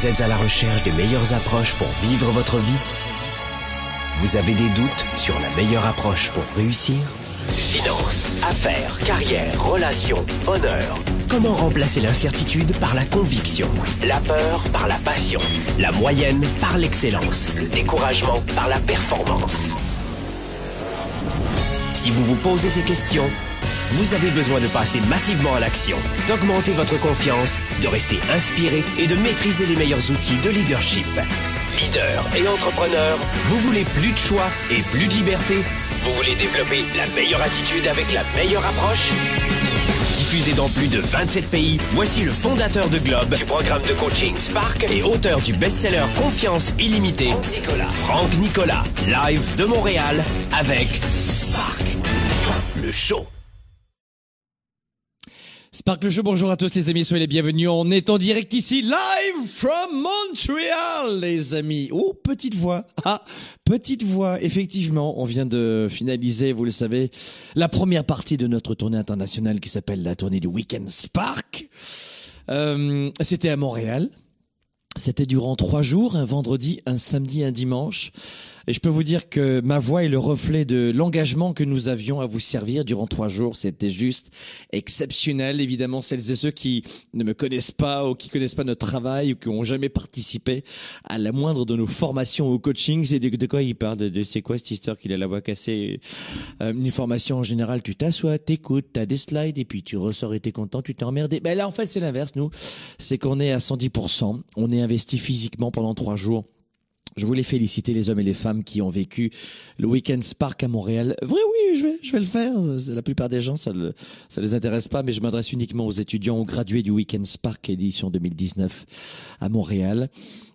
Vous êtes à la recherche des meilleures approches pour vivre votre vie? Vous avez des doutes sur la meilleure approche pour réussir? Finances, affaires, carrière, relations, honneur. Comment remplacer l'incertitude par la conviction? La peur par la passion? La moyenne par l'excellence? Le découragement par la performance? Si vous vous posez ces questions, vous avez besoin de passer massivement à l'action, d'augmenter votre confiance, de rester inspiré et de maîtriser les meilleurs outils de leadership. Leader et entrepreneur, vous voulez plus de choix et plus de liberté? Vous voulez développer la meilleure attitude avec la meilleure approche? Diffusé dans plus de 27 pays, voici le fondateur de Globe, du programme de coaching Spark et auteur du best-seller Confiance illimitée, Franck Nicolas, live de Montréal avec Spark, le show. Spark le Show, bonjour à tous les amis, soyez les bienvenus. On est en direct ici, live from Montreal, les amis. Oh, petite voix. Ah, petite voix. Effectivement, on vient de finaliser, vous le savez, la première partie de notre tournée internationale qui s'appelle la tournée du Weekend Spark. C'était à Montréal. C'était durant 3 jours, un vendredi, un samedi, un dimanche. Et je peux vous dire que ma voix est le reflet de l'engagement que nous avions à vous servir durant 3 jours. C'était juste exceptionnel. Évidemment, celles et ceux qui ne me connaissent pas ou qui connaissent pas notre travail ou qui n'ont jamais participé à la moindre de nos formations au coaching, c'est de quoi il parle, de c'est quoi cette histoire qu'il a la voix cassée. Une formation en général, tu t'assois, t'écoutes, t'as des slides et puis tu ressors et t'es content, tu t'es emmerdé. Ben là, en fait, c'est l'inverse. Nous, c'est qu'on est à 110%. On est investi physiquement pendant 3 jours. Je voulais féliciter les hommes et les femmes qui ont vécu le Weekend Spark à Montréal. Oui, je vais le faire. La plupart des gens, ça les intéresse pas, mais je m'adresse uniquement aux étudiants, aux gradués du Weekend Spark édition 2019 à Montréal.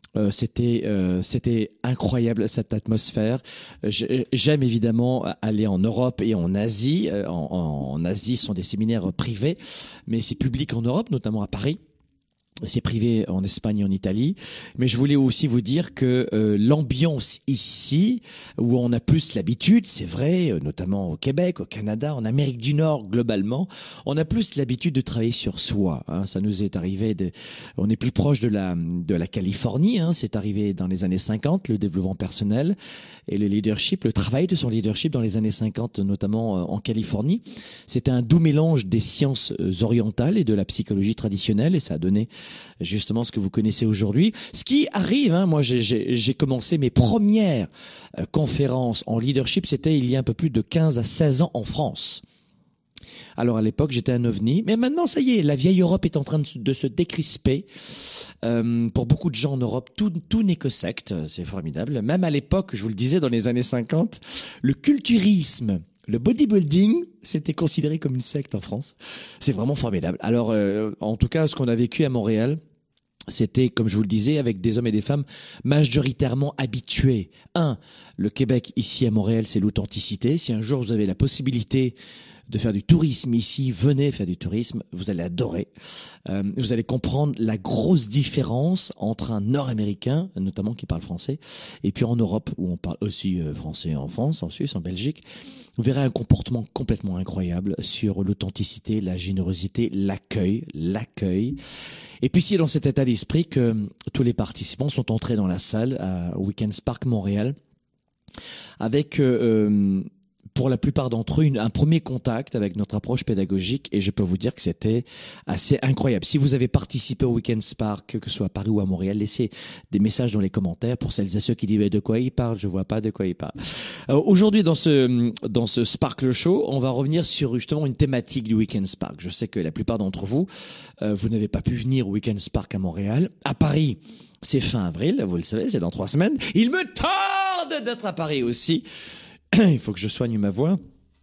C'était incroyable cette atmosphère. J'aime évidemment aller en Europe et en Asie. En Asie, ce sont des séminaires privés, mais c'est public en Europe, notamment à Paris. C'est privé en Espagne et en Italie. Mais je voulais aussi vous dire que l'ambiance ici, où on a plus l'habitude, c'est vrai, notamment au Québec, au Canada, en Amérique du Nord, globalement, on a plus l'habitude de travailler sur soi. Hein. Ça nous est arrivé, on est plus proche de la Californie. Hein. C'est arrivé dans les années 50, le développement personnel et le leadership, le travail de son leadership dans les années 50, notamment en Californie. C'était un doux mélange des sciences orientales et de la psychologie traditionnelle, et ça a donné justement ce que vous connaissez aujourd'hui. Ce qui arrive, hein, moi j'ai commencé mes premières conférences en leadership, c'était il y a un peu plus de 15 à 16 ans en France. Alors à l'époque j'étais un ovni, mais maintenant ça y est, la vieille Europe est en train de se décrisper. Pour beaucoup de gens en Europe, tout n'est que secte, c'est formidable. Même à l'époque, je vous le disais, dans les années 50, le culturisme, le bodybuilding, c'était considéré comme une secte en France. C'est vraiment formidable. Alors, en tout cas, ce qu'on a vécu à Montréal, c'était, comme je vous le disais, avec des hommes et des femmes majoritairement habitués. Le Québec, ici à Montréal, c'est l'authenticité. Si un jour vous avez la possibilité de faire du tourisme ici, venez faire du tourisme, vous allez adorer. Vous allez comprendre la grosse différence entre un Nord-Américain, notamment qui parle français, et puis en Europe, où on parle aussi français en France, en Suisse, en Belgique. Vous verrez un comportement complètement incroyable sur l'authenticité, la générosité, l'accueil. Et puis c'est dans cet état d'esprit que tous les participants sont entrés dans la salle à Weekend Spark Montréal avec pour la plupart d'entre eux, un premier contact avec notre approche pédagogique, et je peux vous dire que c'était assez incroyable. Si vous avez participé au Weekend Spark, que ce soit à Paris ou à Montréal, laissez des messages dans les commentaires pour celles et ceux qui disent de quoi il parle, je vois pas de quoi il parle. Aujourd'hui, dans ce Spark le Show, on va revenir sur justement une thématique du Weekend Spark. Je sais que la plupart d'entre vous, vous n'avez pas pu venir au Weekend Spark à Montréal. À Paris, c'est fin avril, vous le savez, c'est dans 3 semaines. Il me tarde d'être à Paris aussi. Il faut que je soigne ma voix.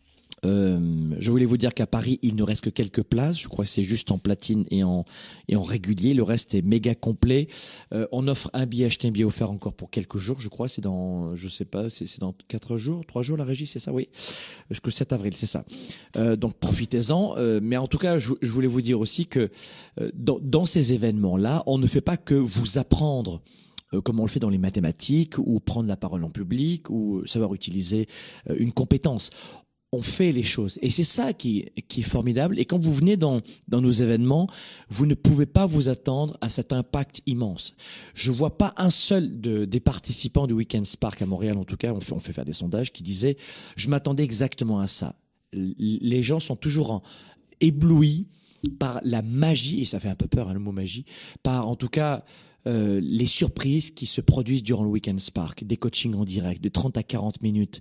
Je voulais vous dire qu'à Paris, il ne reste que quelques places. Je crois que c'est juste en platine et en régulier. Le reste est méga complet. On offre un billet acheté, un billet offert encore pour quelques jours. Je crois c'est dans, je sais pas, c'est dans 4 jours, 3 jours la régie, c'est ça, oui. Jusqu'au 7 avril, c'est ça. Donc profitez-en. Mais en tout cas, je voulais vous dire aussi que dans ces événements-là, on ne fait pas que vous apprendre comme on le fait dans les mathématiques ou prendre la parole en public ou savoir utiliser une compétence. on fait les choses. Et c'est ça qui est formidable. Et quand vous venez dans nos événements, vous ne pouvez pas vous attendre à cet impact immense. Je vois pas un seul des participants du Weekend Spark à Montréal, en tout cas, on fait faire des sondages, qui disaient « je m'attendais exactement à ça ». Les gens sont toujours éblouis par la magie, et ça fait un peu peur, hein, le mot magie, par en tout cas les surprises qui se produisent durant le Weekend Spark, des coachings en direct de 30 à 40 minutes,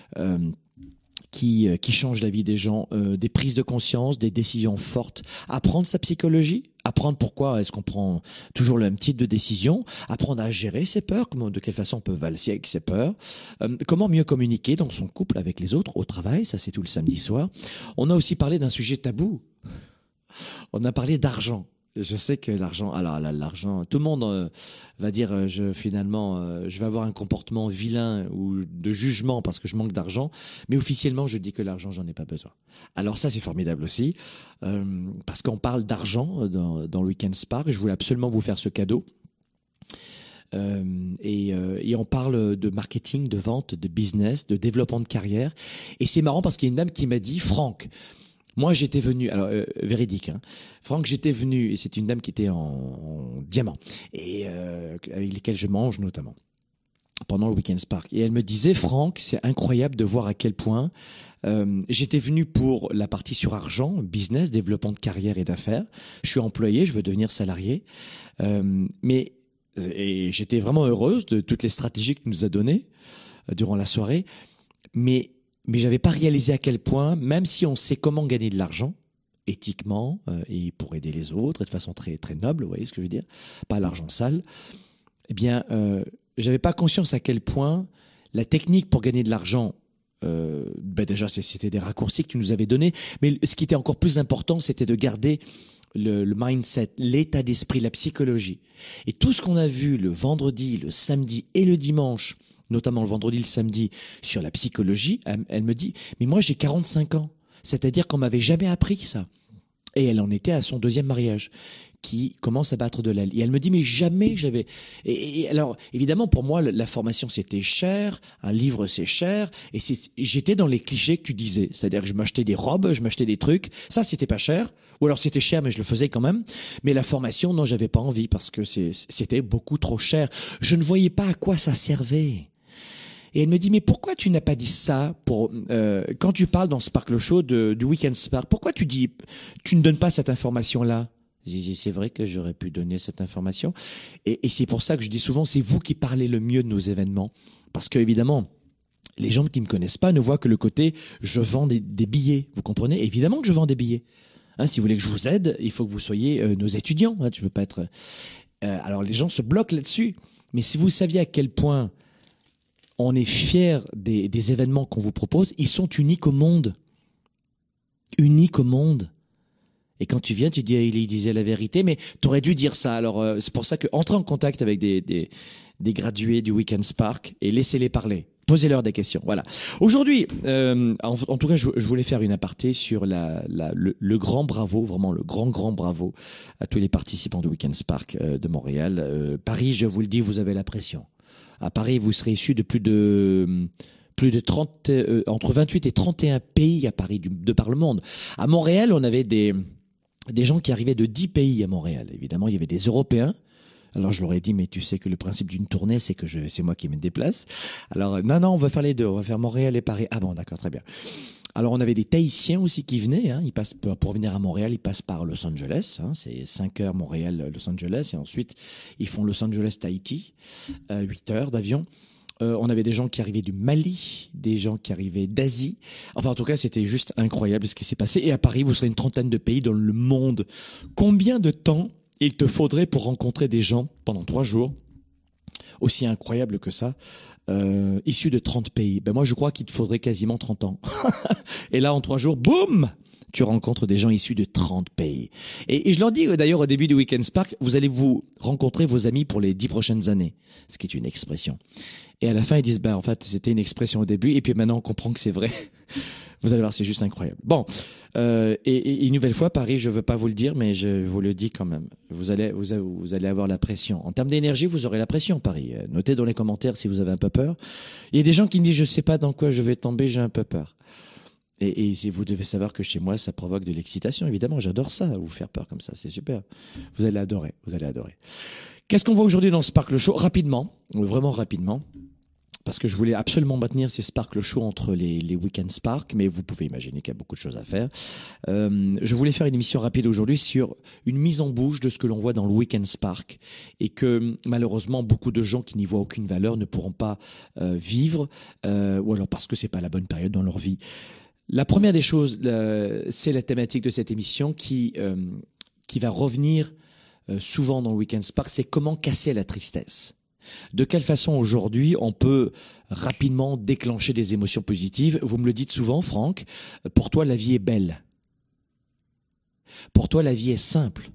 qui changent la vie des gens, des prises de conscience, des décisions fortes, apprendre sa psychologie, apprendre pourquoi est-ce qu'on prend toujours le même type de décision, apprendre à gérer ses peurs, de quelle façon on peut valser avec ses peurs, comment mieux communiquer dans son couple avec les autres, au travail, ça c'est tout le samedi soir. On a aussi parlé d'un sujet tabou, on a parlé d'argent. Je sais que l'argent, alors là, l'argent, tout le monde va dire je vais avoir un comportement vilain ou de jugement parce que je manque d'argent, mais officiellement je dis que l'argent j'en ai pas besoin. Alors ça c'est formidable aussi parce qu'on parle d'argent dans le Weekend Spark. Je voulais absolument vous faire ce cadeau. Et on parle de marketing, de vente, de business, de développement de carrière. Et c'est marrant parce qu'il y a une dame qui m'a dit Franck, moi, j'étais venu, alors véridique, hein. Franck, j'étais venu, et c'est une dame qui était en diamant, et avec lesquelles je mange notamment, pendant le Weekend Spark. Et elle me disait, Franck, c'est incroyable de voir à quel point j'étais venu pour la partie sur argent, business, développement de carrière et d'affaires. Je suis employé, je veux devenir salarié, et j'étais vraiment heureuse de toutes les stratégies que tu nous as données durant la soirée, mais j'avais pas réalisé à quel point, même si on sait comment gagner de l'argent, éthiquement, et pour aider les autres, et de façon très, très noble, vous voyez ce que je veux dire, pas l'argent sale, eh bien, j'avais pas conscience à quel point la technique pour gagner de l'argent, déjà, c'était des raccourcis que tu nous avais donnés, mais ce qui était encore plus important, c'était de garder le mindset, l'état d'esprit, la psychologie. Et tout ce qu'on a vu le vendredi, le samedi et le dimanche, notamment le vendredi, le samedi, sur la psychologie, elle me dit, mais moi j'ai 45 ans, c'est-à-dire qu'on m'avait jamais appris ça. Et elle en était à son deuxième mariage, qui commence à battre de l'aile. Et elle me dit, mais jamais j'avais... Et alors, évidemment, pour moi, la formation, c'était cher, un livre, c'est cher, et j'étais dans les clichés que tu disais, c'est-à-dire que je m'achetais des robes, je m'achetais des trucs, ça, c'était pas cher, ou alors c'était cher, mais je le faisais quand même, mais la formation, non, j'avais pas envie, parce que c'était beaucoup trop cher. Je ne voyais pas à quoi ça servait. Et elle me dit, mais pourquoi tu n'as pas dit ça quand tu parles dans Sparkle Show du Weekend Spark, pourquoi tu ne donnes pas cette information-là? C'est vrai que j'aurais pu donner cette information. Et c'est pour ça que je dis souvent, c'est vous qui parlez le mieux de nos événements. Parce que, évidemment, les gens qui ne me connaissent pas ne voient que le côté, je vends des billets. Vous comprenez? Évidemment que je vends des billets. Hein, si vous voulez que je vous aide, il faut que vous soyez nos étudiants. Hein, tu peux pas être... alors, les gens se bloquent là-dessus. Mais si vous saviez à quel point on est fiers des événements qu'on vous propose, ils sont uniques au monde. Uniques au monde. Et quand tu viens, tu dis, il disait la vérité, mais tu aurais dû dire ça. Alors, c'est pour ça que entrez en contact avec des gradués du Weekend Spark et laissez-les parler. Posez-leur des questions. Voilà. Aujourd'hui, en tout cas, je voulais faire une aparté sur le grand bravo, vraiment le grand bravo à tous les participants du Weekend Spark de Montréal. Paris, je vous le dis, vous avez la pression. À Paris, vous serez issus de plus de 30, entre 28 et 31 pays à Paris, de par le monde. À Montréal, on avait des gens qui arrivaient de 10 pays à Montréal. Évidemment, il y avait des Européens. Alors, je leur ai dit, mais tu sais que le principe d'une tournée, c'est que c'est moi qui me déplace. Alors, non, on va faire les deux. On va faire Montréal et Paris. Ah bon, d'accord, très bien. Alors, on avait des Tahitiens aussi qui venaient. Hein. Ils passent pour venir à Montréal, ils passent par Los Angeles. Hein. C'est 5 heures Montréal-Los Angeles. Et ensuite, ils font Los Angeles-Tahiti, 8 heures d'avion. On avait des gens qui arrivaient du Mali, des gens qui arrivaient d'Asie. Enfin, en tout cas, c'était juste incroyable ce qui s'est passé. Et à Paris, vous serez une trentaine de pays dans le monde. Combien de temps il te faudrait pour rencontrer des gens pendant 3 jours, aussi incroyable que ça, issus de 30 pays? Ben moi, je crois qu'il te faudrait quasiment 30 ans. Et là, en 3 jours, boum, tu rencontres des gens issus de 30 pays. Et je leur dis d'ailleurs au début du Weekend Spark, vous allez vous rencontrer vos amis pour les 10 prochaines années, ce qui est une expression. Et à la fin, ils disent, en fait, c'était une expression au début, et puis maintenant, on comprend que c'est vrai. Vous allez voir, c'est juste incroyable. Bon, et une nouvelle fois, Paris, je veux pas vous le dire, mais je vous le dis quand même. Vous allez avoir la pression. En termes d'énergie, vous aurez la pression, Paris. Notez dans les commentaires si vous avez un peu peur. Il y a des gens qui me disent, je sais pas dans quoi je vais tomber, j'ai un peu peur. Et vous devez savoir que chez moi, ça provoque de l'excitation. Évidemment, j'adore ça, vous faire peur comme ça. C'est super. Vous allez adorer. Vous allez adorer. Qu'est-ce qu'on voit aujourd'hui dans le Sparkle Show? Rapidement, vraiment rapidement. Parce que je voulais absolument maintenir ces Sparkle Show entre les Weekend Spark, mais vous pouvez imaginer qu'il y a beaucoup de choses à faire. Je voulais faire une émission rapide aujourd'hui sur une mise en bouche de ce que l'on voit dans le Weekend Spark et que malheureusement beaucoup de gens qui n'y voient aucune valeur ne pourront pas vivre, ou alors parce que c'est pas la bonne période dans leur vie. La première des choses, c'est la thématique de cette émission qui va revenir souvent dans le Weekend Spark, c'est comment casser la tristesse. De quelle façon aujourd'hui on peut rapidement déclencher des émotions positives? Vous me le dites souvent, Franck, pour toi la vie est belle. Pour toi la vie est simple.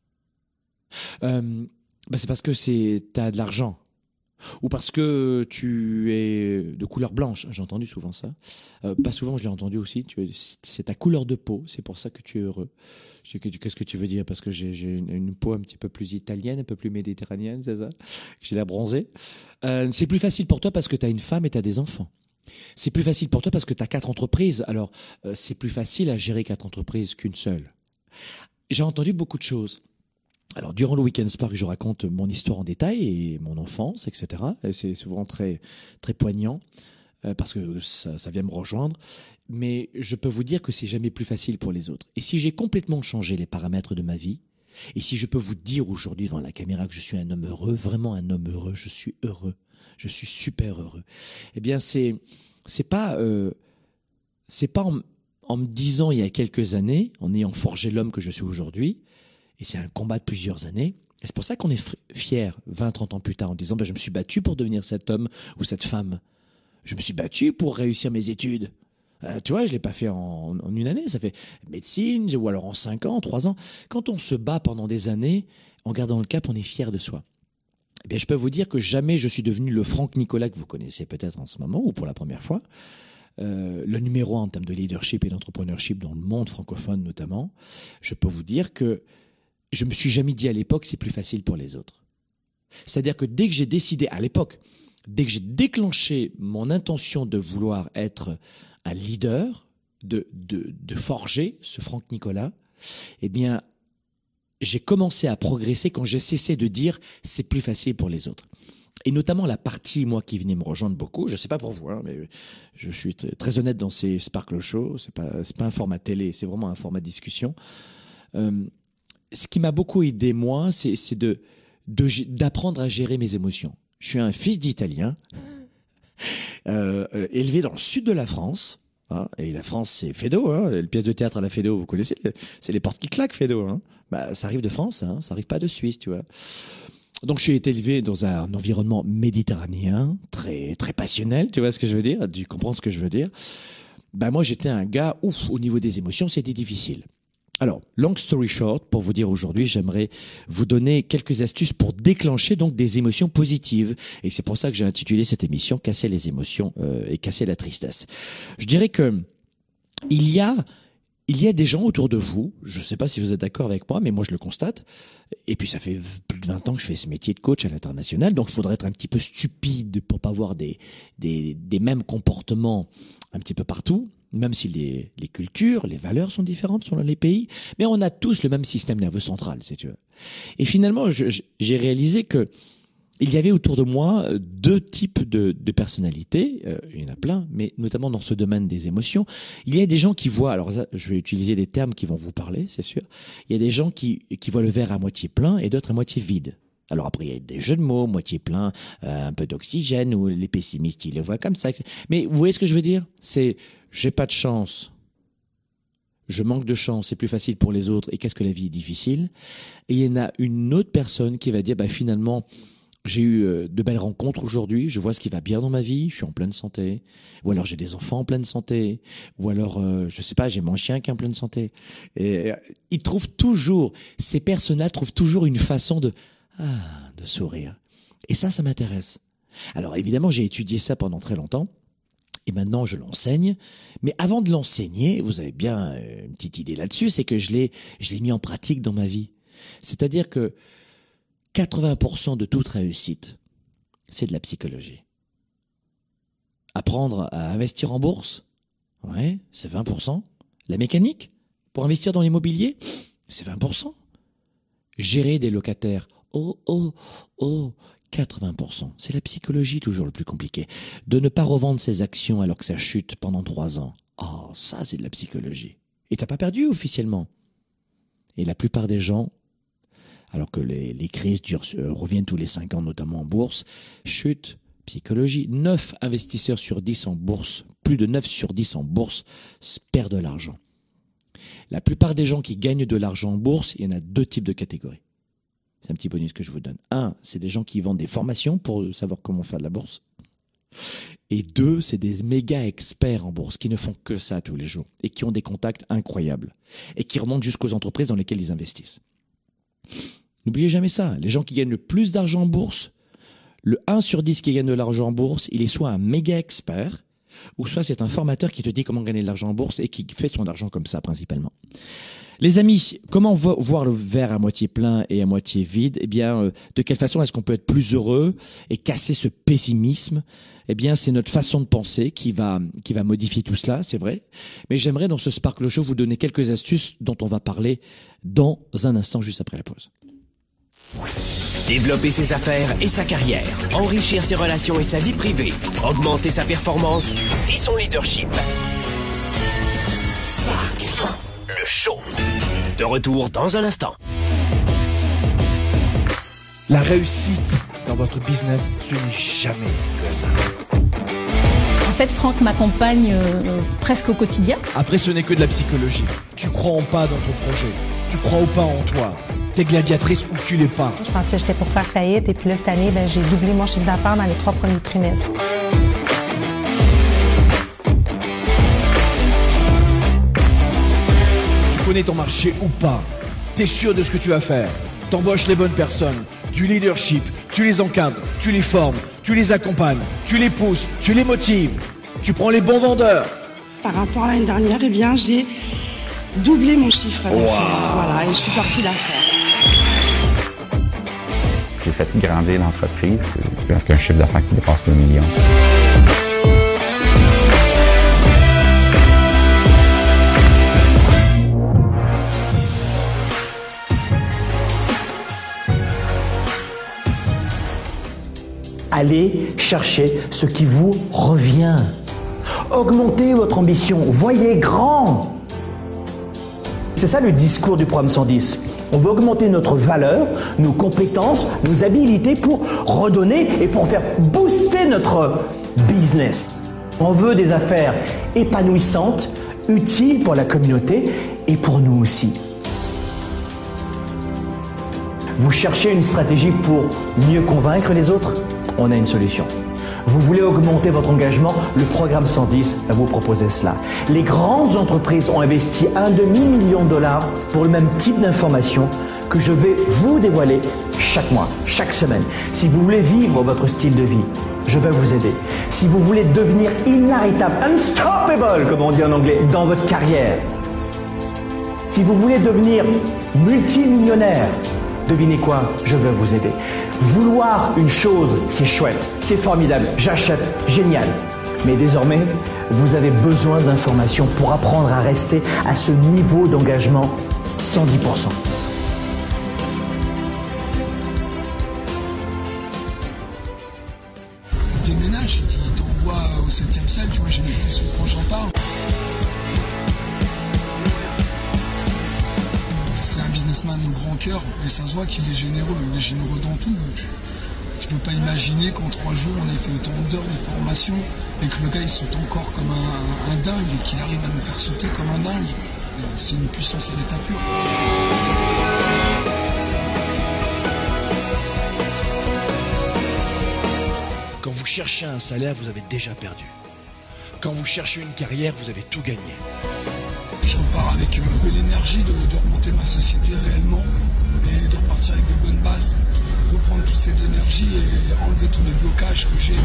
C'est parce que t'as de l'argent. Ou parce que tu es de couleur blanche. J'ai entendu souvent ça. Pas souvent, je l'ai entendu aussi. C'est ta couleur de peau, c'est pour ça que tu es heureux. Qu'est-ce que tu veux dire? Parce que j'ai une peau un petit peu plus italienne, un peu plus méditerranéenne, c'est ça? J'ai l'air bronzé. C'est plus facile pour toi parce que tu as une femme et tu as des enfants. C'est plus facile pour toi parce que tu as 4 entreprises. Alors, c'est plus facile à gérer 4 entreprises qu'une seule. J'ai entendu beaucoup de choses. Alors, durant le Weekend Spark, je raconte mon histoire en détail et mon enfance, etc. Et c'est souvent très, très poignant parce que ça vient me rejoindre. Mais je peux vous dire que c'est jamais plus facile pour les autres. Et si j'ai complètement changé les paramètres de ma vie, et si je peux vous dire aujourd'hui devant la caméra que je suis un homme heureux, vraiment un homme heureux, je suis heureux, je suis super heureux. Eh bien, c'est pas en me disant il y a quelques années, en ayant forgé l'homme que je suis aujourd'hui. Et c'est un combat de plusieurs années. Et c'est pour ça qu'on est fier 20, 30 ans plus tard en disant je me suis battu pour devenir cet homme ou cette femme. Je me suis battu pour réussir mes études. Tu vois, je l'ai pas fait en une année. Ça fait médecine ou alors en 5 ans, 3 ans. Quand on se bat pendant des années, en gardant le cap, on est fier de soi. Eh bien, je peux vous dire que jamais je suis devenu le Franck Nicolas que vous connaissez peut-être en ce moment ou pour la première fois. Le numéro 1 en termes de leadership et d'entrepreneurship dans le monde francophone notamment. Je peux vous dire que je me suis jamais dit à l'époque c'est plus facile pour les autres. C'est-à-dire que dès que j'ai décidé à l'époque, dès que j'ai déclenché mon intention de vouloir être un leader, de forger ce Franck Nicolas, eh bien j'ai commencé à progresser quand j'ai cessé de dire c'est plus facile pour les autres. Et notamment la partie, moi, qui venait me rejoindre beaucoup, je sais pas pour vous, hein, mais je suis très honnête dans ces Sparkle Show, c'est pas un format télé, c'est vraiment un format discussion. Ce qui m'a beaucoup aidé, moi, c'est d'apprendre à gérer mes émotions. Je suis un fils d'Italien, élevé dans le sud de la France. Hein, et la France, c'est Feydeau. Hein, les pièces de théâtre à la Feydeau, vous connaissez, c'est les portes qui claquent, Feydeau. Hein. Ça arrive de France, hein, ça arrive pas de Suisse, tu vois. Donc, je suis été élevé dans un environnement méditerranéen, très, très passionnel, tu vois ce que je veux dire? Tu comprends ce que je veux dire? Moi, j'étais un gars, au niveau des émotions, c'était difficile. Alors, long story short, pour vous dire aujourd'hui, j'aimerais vous donner quelques astuces pour déclencher donc des émotions positives. Et c'est pour ça que j'ai intitulé cette émission « Casser les émotions et casser la tristesse ». Je dirais que il y a des gens autour de vous, je ne sais pas si vous êtes d'accord avec moi, mais moi je le constate, et puis ça fait plus de 20 ans que je fais ce métier de coach à l'international, donc il faudrait être un petit peu stupide pour pas voir des mêmes comportements un petit peu partout. Même si les cultures, les valeurs sont différentes selon les pays, mais on a tous le même système nerveux central, si tu veux. Et finalement, j'ai réalisé que il y avait autour de moi 2 types de personnalités, il y en a plein, mais notamment dans ce domaine des émotions. Il y a des gens qui voient, alors je vais utiliser des termes qui vont vous parler, c'est sûr. Il y a des gens qui voient le verre à moitié plein et d'autres à moitié vide. Alors après, il y a des jeux de mots, moitié plein, un peu d'oxygène, ou les pessimistes, ils le voient comme ça. Mais vous voyez ce que je veux dire? C'est, j'ai pas de chance, je manque de chance, c'est plus facile pour les autres, et qu'est-ce que la vie est difficile? Et il y en a une autre personne qui va dire, finalement, j'ai eu de belles rencontres aujourd'hui, je vois ce qui va bien dans ma vie, je suis en pleine santé, ou alors j'ai des enfants en pleine santé, ou alors, je sais pas, j'ai mon chien qui est en pleine santé. Et ils trouvent toujours, ces personnes-là trouvent toujours une façon de sourire. Et ça m'intéresse. Alors évidemment, j'ai étudié ça pendant très longtemps. Et maintenant, je l'enseigne. Mais avant de l'enseigner, vous avez bien une petite idée là-dessus, c'est que je l'ai mis en pratique dans ma vie. C'est-à-dire que 80% de toute réussite, c'est de la psychologie. Apprendre à investir en bourse, Ouais, c'est 20%. La mécanique, pour investir dans l'immobilier, c'est 20%. Gérer des locataires, 80%. C'est la psychologie toujours le plus compliqué. De ne pas revendre ses actions alors que ça chute pendant 3 ans. Oh, ça c'est de la psychologie. Et t'as pas perdu officiellement. Et la plupart des gens, alors que les crises reviennent tous les 5 ans, notamment en bourse, chutent. Psychologie, 9 investisseurs sur 10 en bourse, plus de 9 sur 10 en bourse perdent de l'argent. La plupart des gens qui gagnent de l'argent en bourse, il y en a 2 types de catégories. C'est un petit bonus que je vous donne. 1, c'est des gens qui vendent des formations pour savoir comment faire de la bourse. Et 2, c'est des méga experts en bourse qui ne font que ça tous les jours et qui ont des contacts incroyables et qui remontent jusqu'aux entreprises dans lesquelles ils investissent. N'oubliez jamais ça. Les gens qui gagnent le plus d'argent en bourse, le 1 sur 10 qui gagne de l'argent en bourse, il est soit un méga expert, ou soit c'est un formateur qui te dit comment gagner de l'argent en bourse et qui fait son argent comme ça principalement. Les amis, comment voir le verre à moitié plein et à moitié vide? Eh bien, de quelle façon est-ce qu'on peut être plus heureux et casser ce pessimisme? Eh bien, c'est notre façon de penser qui va modifier tout cela, c'est vrai. Mais j'aimerais dans ce Sparkle Show vous donner quelques astuces dont on va parler dans un instant juste après la pause. Développer ses affaires et sa carrière, enrichir ses relations et sa vie privée, augmenter sa performance et son leadership. Spark, le show. De retour dans un instant. La réussite dans votre business, ce n'est jamais le hasard. En fait, Franck m'accompagne presque au quotidien. Après, ce n'est que de la psychologie. Tu crois en pas dans ton projet. Tu crois ou pas en toi. T'es gladiatrice ou tu l'es pas. Je pensais que j'étais pour faire faillite et puis là, cette année, j'ai doublé mon chiffre d'affaires dans les 3 premiers trimestres. Tu connais ton marché ou pas. T'es sûr de ce que tu vas faire. T'embauches les bonnes personnes. Du leadership. Tu les encadres. Tu les formes. Tu les accompagnes. Tu les pousses. Tu les motives. Tu prends les bons vendeurs. Par rapport à l'année dernière, eh bien, j'ai doublé mon chiffre d'affaires. Wow. Voilà, et je suis partie d'affaires. J'ai fait grandir l'entreprise avec un chiffre d'affaires qui dépasse le million. Allez chercher ce qui vous revient. Augmentez votre ambition. Voyez grand. C'est ça le discours du programme 110. On veut augmenter notre valeur, nos compétences, nos habilités pour redonner et pour faire booster notre business. On veut des affaires épanouissantes, utiles pour la communauté et pour nous aussi. Vous cherchez une stratégie pour mieux convaincre les autres? On a une solution. Vous voulez augmenter votre engagement? Le programme 110 va vous proposer cela. Les grandes entreprises ont investi $1,5 million pour le même type d'information que je vais vous dévoiler chaque mois, chaque semaine. Si vous voulez vivre votre style de vie, je vais vous aider. Si vous voulez devenir inarrêtable, unstoppable, comme on dit en anglais, dans votre carrière. Si vous voulez devenir multimillionnaire, devinez quoi? Je vais vous aider. Vouloir une chose, c'est chouette, c'est formidable, j'achète, génial. Mais désormais, vous avez besoin d'informations pour apprendre à rester à ce niveau d'engagement 110%. Déménage, il t'envoie au 7e ciel, tu vois, j'ai des frissons quand j'en parle. C'est un businessman au grand cœur, et ça se voit qu'il est généreux dans tout. Tu peux pas imaginer qu'en 3 jours on ait fait autant d'heures de formation et que le gars il saute encore comme un dingue et qu'il arrive à nous faire sauter comme un dingue. C'est une puissance à l'état pur. Quand vous cherchez un salaire, vous avez déjà perdu. Quand vous cherchez une carrière, vous avez tout gagné. Je repars avec l'énergie de remonter ma société réellement et de repartir avec de bonnes bases, reprendre toute cette énergie et enlever tous les blocages que j'ai.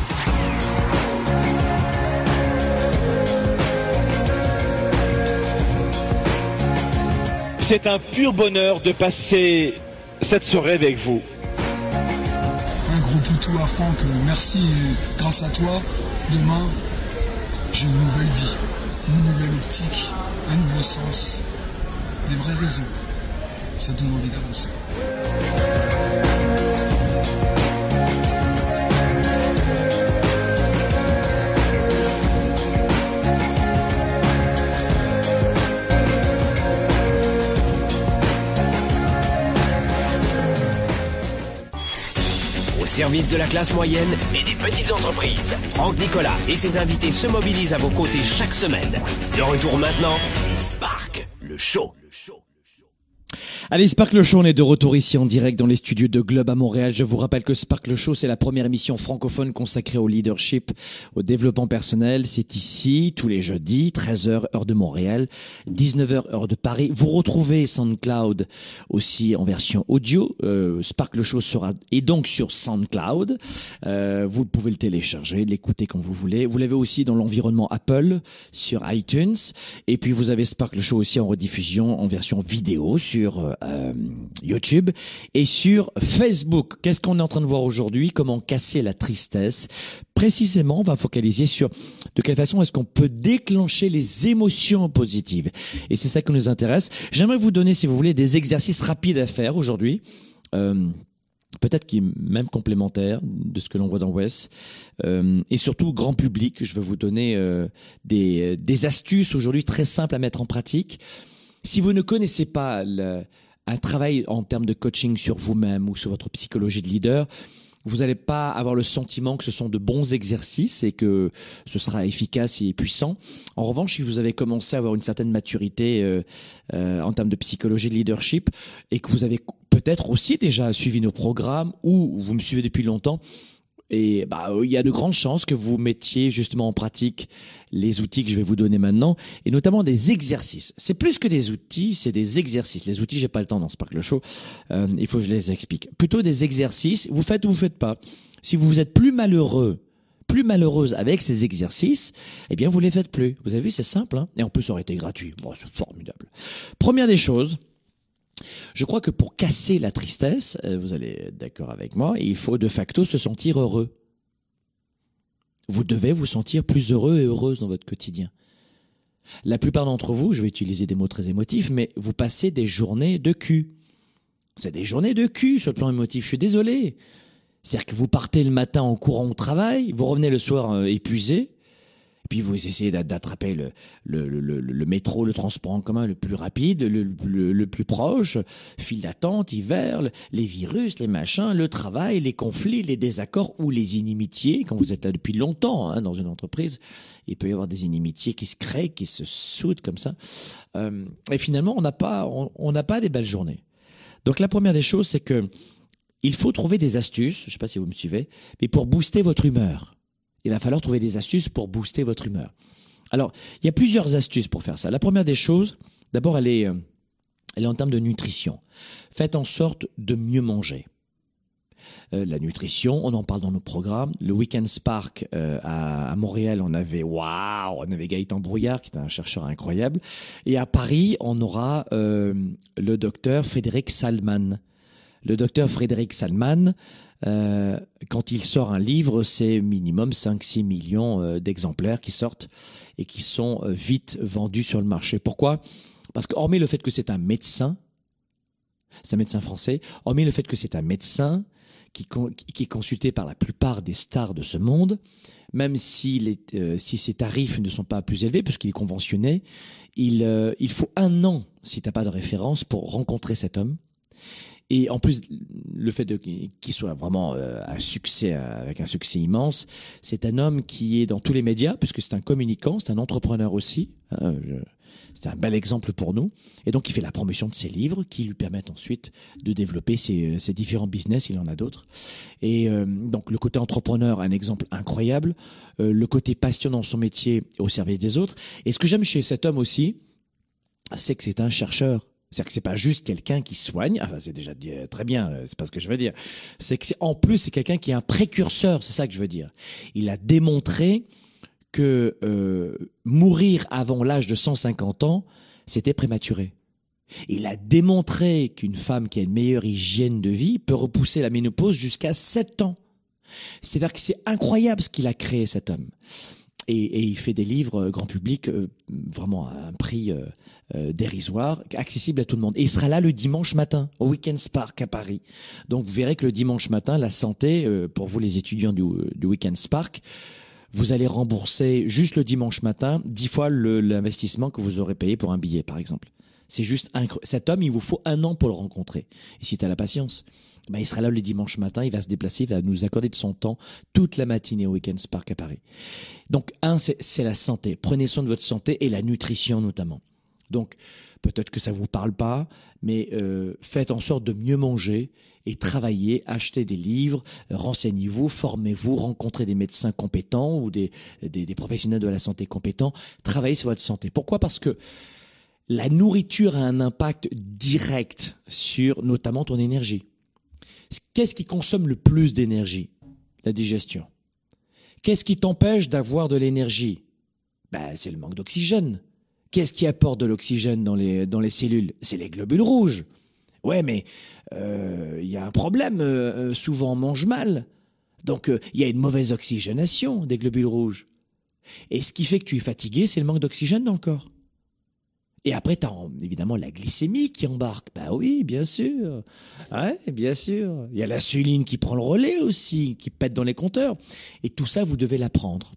C'est un pur bonheur de passer cette soirée avec vous. Un gros poutou à Franck, merci et grâce à toi, demain, j'ai une nouvelle vie. une nouvelle optique, un nouveau sens, des vraies raisons. Ça donne envie d'avancer. Au service de la classe moyenne et des petites entreprises, Franck Nicolas et ses invités se mobilisent à vos côtés chaque semaine. De retour maintenant, Spark, le show. Allez, Sparkle Show, on est de retour ici en direct dans les studios de Globe à Montréal. Je vous rappelle que Sparkle Show, c'est la première émission francophone consacrée au leadership, au développement personnel. C'est ici, tous les jeudis, 13h, heure de Montréal, 19h, heure de Paris. Vous retrouvez SoundCloud aussi en version audio. Sparkle Show est donc sur SoundCloud. Vous pouvez le télécharger, l'écouter quand vous voulez. Vous l'avez aussi dans l'environnement Apple, sur iTunes. Et puis, vous avez Sparkle Show aussi en rediffusion, en version vidéo sur YouTube et sur Facebook. Qu'est-ce qu'on est en train de voir aujourd'hui? Comment casser la tristesse? Précisément, on va focaliser sur de quelle façon est-ce qu'on peut déclencher les émotions positives. Et c'est ça qui nous intéresse. J'aimerais vous donner, si vous voulez, des exercices rapides à faire aujourd'hui. Peut-être qui est même complémentaire de ce que l'on voit dans Wes. Et surtout, grand public, je vais vous donner des astuces aujourd'hui très simples à mettre en pratique. Si vous ne connaissez pas un travail en termes de coaching sur vous-même ou sur votre psychologie de leader, vous n'allez pas avoir le sentiment que ce sont de bons exercices et que ce sera efficace et puissant. En revanche, si vous avez commencé à avoir une certaine maturité en termes de psychologie de leadership et que vous avez peut-être aussi déjà suivi nos programmes ou vous me suivez depuis longtemps, et il y a de grandes chances que vous mettiez justement en pratique les outils que je vais vous donner maintenant, et notamment des exercices. C'est plus que des outils, c'est des exercices. Les outils, j'ai pas le temps dans Sparkle Show. Il faut que je les explique. Plutôt des exercices. Vous faites ou vous faites pas. Si vous êtes plus malheureuse avec ces exercices, eh bien vous les faites plus. Vous avez vu, c'est simple, hein. Et en plus, ça aurait été gratuit. Bon, c'est formidable. Première des choses. Je crois que pour casser la tristesse, vous allez être d'accord avec moi, il faut de facto se sentir heureux. Vous devez vous sentir plus heureux et heureuse dans votre quotidien. La plupart d'entre vous, je vais utiliser des mots très émotifs, mais vous passez des journées de cul. C'est des journées de cul sur le plan émotif, je suis désolé. C'est-à-dire que vous partez le matin en courant au travail, vous revenez le soir épuisé, puis vous essayez d'attraper le métro, le transport en commun le plus rapide, le plus proche, file d'attente, hiver, les virus, les machins, le travail, les conflits, les désaccords ou les inimitiés. Quand vous êtes là depuis longtemps dans une entreprise, il peut y avoir des inimitiés qui se créent, qui se soudent comme ça. Et finalement, on n'a pas des belles journées. Donc la première des choses, c'est que il faut trouver des astuces, je ne sais pas si vous me suivez, mais pour booster votre humeur. Il va falloir trouver des astuces pour booster votre humeur. Alors, il y a plusieurs astuces pour faire ça. La première des choses, d'abord, elle est en termes de nutrition. Faites en sorte de mieux manger. La nutrition, on en parle dans nos programmes. Le Weekend Spark à Montréal, on avait Gaëtan Brouillard, qui est un chercheur incroyable. Et à Paris, on aura le docteur Frédéric Salman. Le docteur Frédéric Salman, quand il sort un livre, c'est minimum 5-6 millions d'exemplaires qui sortent et qui sont vite vendus sur le marché. Pourquoi? Parce que hormis le fait que c'est un médecin français, hormis le fait que c'est un médecin qui est consulté par la plupart des stars de ce monde, même si ses tarifs ne sont pas plus élevés, puisqu'il est conventionné, il faut 1 an, si tu n'as pas de référence, pour rencontrer cet homme. Et en plus, le fait qu'il soit vraiment un succès, avec un succès immense, c'est un homme qui est dans tous les médias, puisque c'est un communicant, c'est un entrepreneur aussi. C'est un bel exemple pour nous. Et donc, il fait la promotion de ses livres qui lui permettent ensuite de développer ses différents business. Il en a d'autres. Et donc, le côté entrepreneur, un exemple incroyable. Le côté passion dans son métier au service des autres. Et ce que j'aime chez cet homme aussi, c'est que c'est un chercheur. C'est-à-dire que c'est pas juste quelqu'un qui soigne, enfin c'est déjà très bien, c'est pas ce que je veux dire. C'est que en plus c'est quelqu'un qui est un précurseur, c'est ça que je veux dire. Il a démontré que mourir avant l'âge de 150 ans, c'était prématuré. Il a démontré qu'une femme qui a une meilleure hygiène de vie peut repousser la ménopause jusqu'à 7 ans. C'est-à-dire que c'est incroyable ce qu'il a créé, cet homme. Et il fait des livres grand public, vraiment à un prix dérisoire, accessible à tout le monde. Et il sera là le dimanche matin, au Weekend Spark à Paris. Donc vous verrez que le dimanche matin, la santé, pour vous les étudiants du Weekend Spark, vous allez rembourser juste le dimanche matin 10 fois l'investissement que vous aurez payé pour un billet, par exemple. C'est juste cet homme, il vous faut 1 an pour le rencontrer. Et si tu as la patience, ben il sera là le dimanche matin, il va se déplacer, il va nous accorder de son temps toute la matinée au Weekend Spark à Paris. Donc, c'est la santé. Prenez soin de votre santé et la nutrition notamment. Donc, peut-être que ça vous parle pas, mais faites en sorte de mieux manger et travaillez, achetez des livres, renseignez-vous, formez-vous, rencontrez des médecins compétents ou des professionnels de la santé compétents. Travaillez sur votre santé. Pourquoi ? Parce que la nourriture a un impact direct sur notamment ton énergie. Qu'est-ce qui consomme le plus d'énergie ? La digestion. Qu'est-ce qui t'empêche d'avoir de l'énergie ? Ben, c'est le manque d'oxygène. Qu'est-ce qui apporte de l'oxygène dans les cellules ? C'est les globules rouges. Ouais, mais y a un problème. Souvent, on mange mal. Donc, il y a une mauvaise oxygénation des globules rouges. Et ce qui fait que tu es fatigué, c'est le manque d'oxygène dans le corps. Et après, tu as évidemment la glycémie qui embarque. Bah oui, bien sûr. Ouais, bien sûr. Il y a l'insuline qui prend le relais aussi, qui pète dans les compteurs. Et tout ça, vous devez l'apprendre.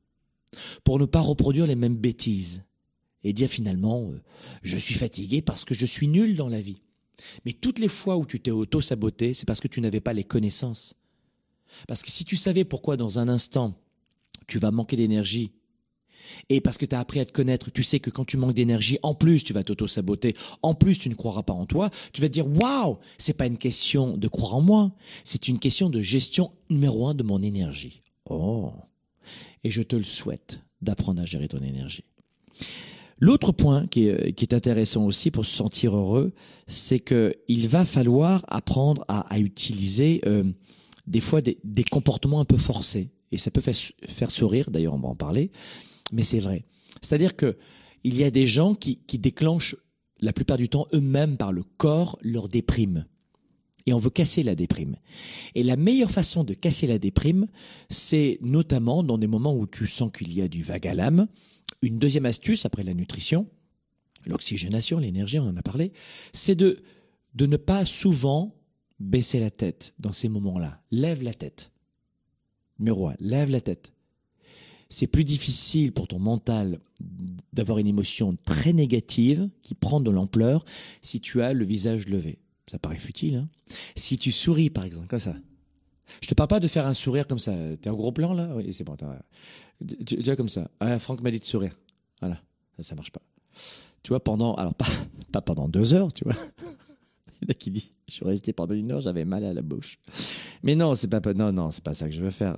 Pour ne pas reproduire les mêmes bêtises. Et dire finalement, je suis fatigué parce que je suis nul dans la vie. Mais toutes les fois où tu t'es auto-saboté, c'est parce que tu n'avais pas les connaissances. Parce que si tu savais pourquoi dans un instant, tu vas manquer d'énergie, et parce que tu as appris à te connaître, tu sais que quand tu manques d'énergie, en plus tu vas t'auto-saboter, en plus tu ne croiras pas en toi, tu vas te dire « Waouh, c'est pas une question de croire en moi, c'est une question de gestion numéro 1 de mon énergie. » Oh. Et je te le souhaite d'apprendre à gérer ton énergie. L'autre point qui est intéressant aussi pour se sentir heureux, c'est qu'il va falloir apprendre à utiliser des fois des comportements un peu forcés. Et ça peut faire sourire, d'ailleurs on va en parler. Mais c'est vrai. C'est-à-dire que il y a des gens qui déclenchent la plupart du temps eux-mêmes par le corps leur déprime. Et on veut casser la déprime. Et la meilleure façon de casser la déprime, c'est notamment dans des moments où tu sens qu'il y a du vague à l'âme. Une deuxième astuce, après la nutrition, l'oxygénation, l'énergie, on en a parlé, c'est de ne pas souvent baisser la tête dans ces moments-là. Lève la tête. Numéro 1, lève la tête. C'est plus difficile pour ton mental d'avoir une émotion très négative qui prend de l'ampleur si tu as le visage levé. Ça paraît futile, hein ? Si tu souris, par exemple, comme ça. Je te parle pas de faire un sourire comme ça. T'es en gros plan, là ? Oui, c'est bon. Tu vois, comme ça. Ah, Franck m'a dit de sourire. Voilà. Ça marche pas. Tu vois, alors pas pendant 2 heures, tu vois. Il y en a qui dit, je suis resté pendant 1 heure, j'avais mal à la bouche. Mais non, c'est pas ça que je veux faire.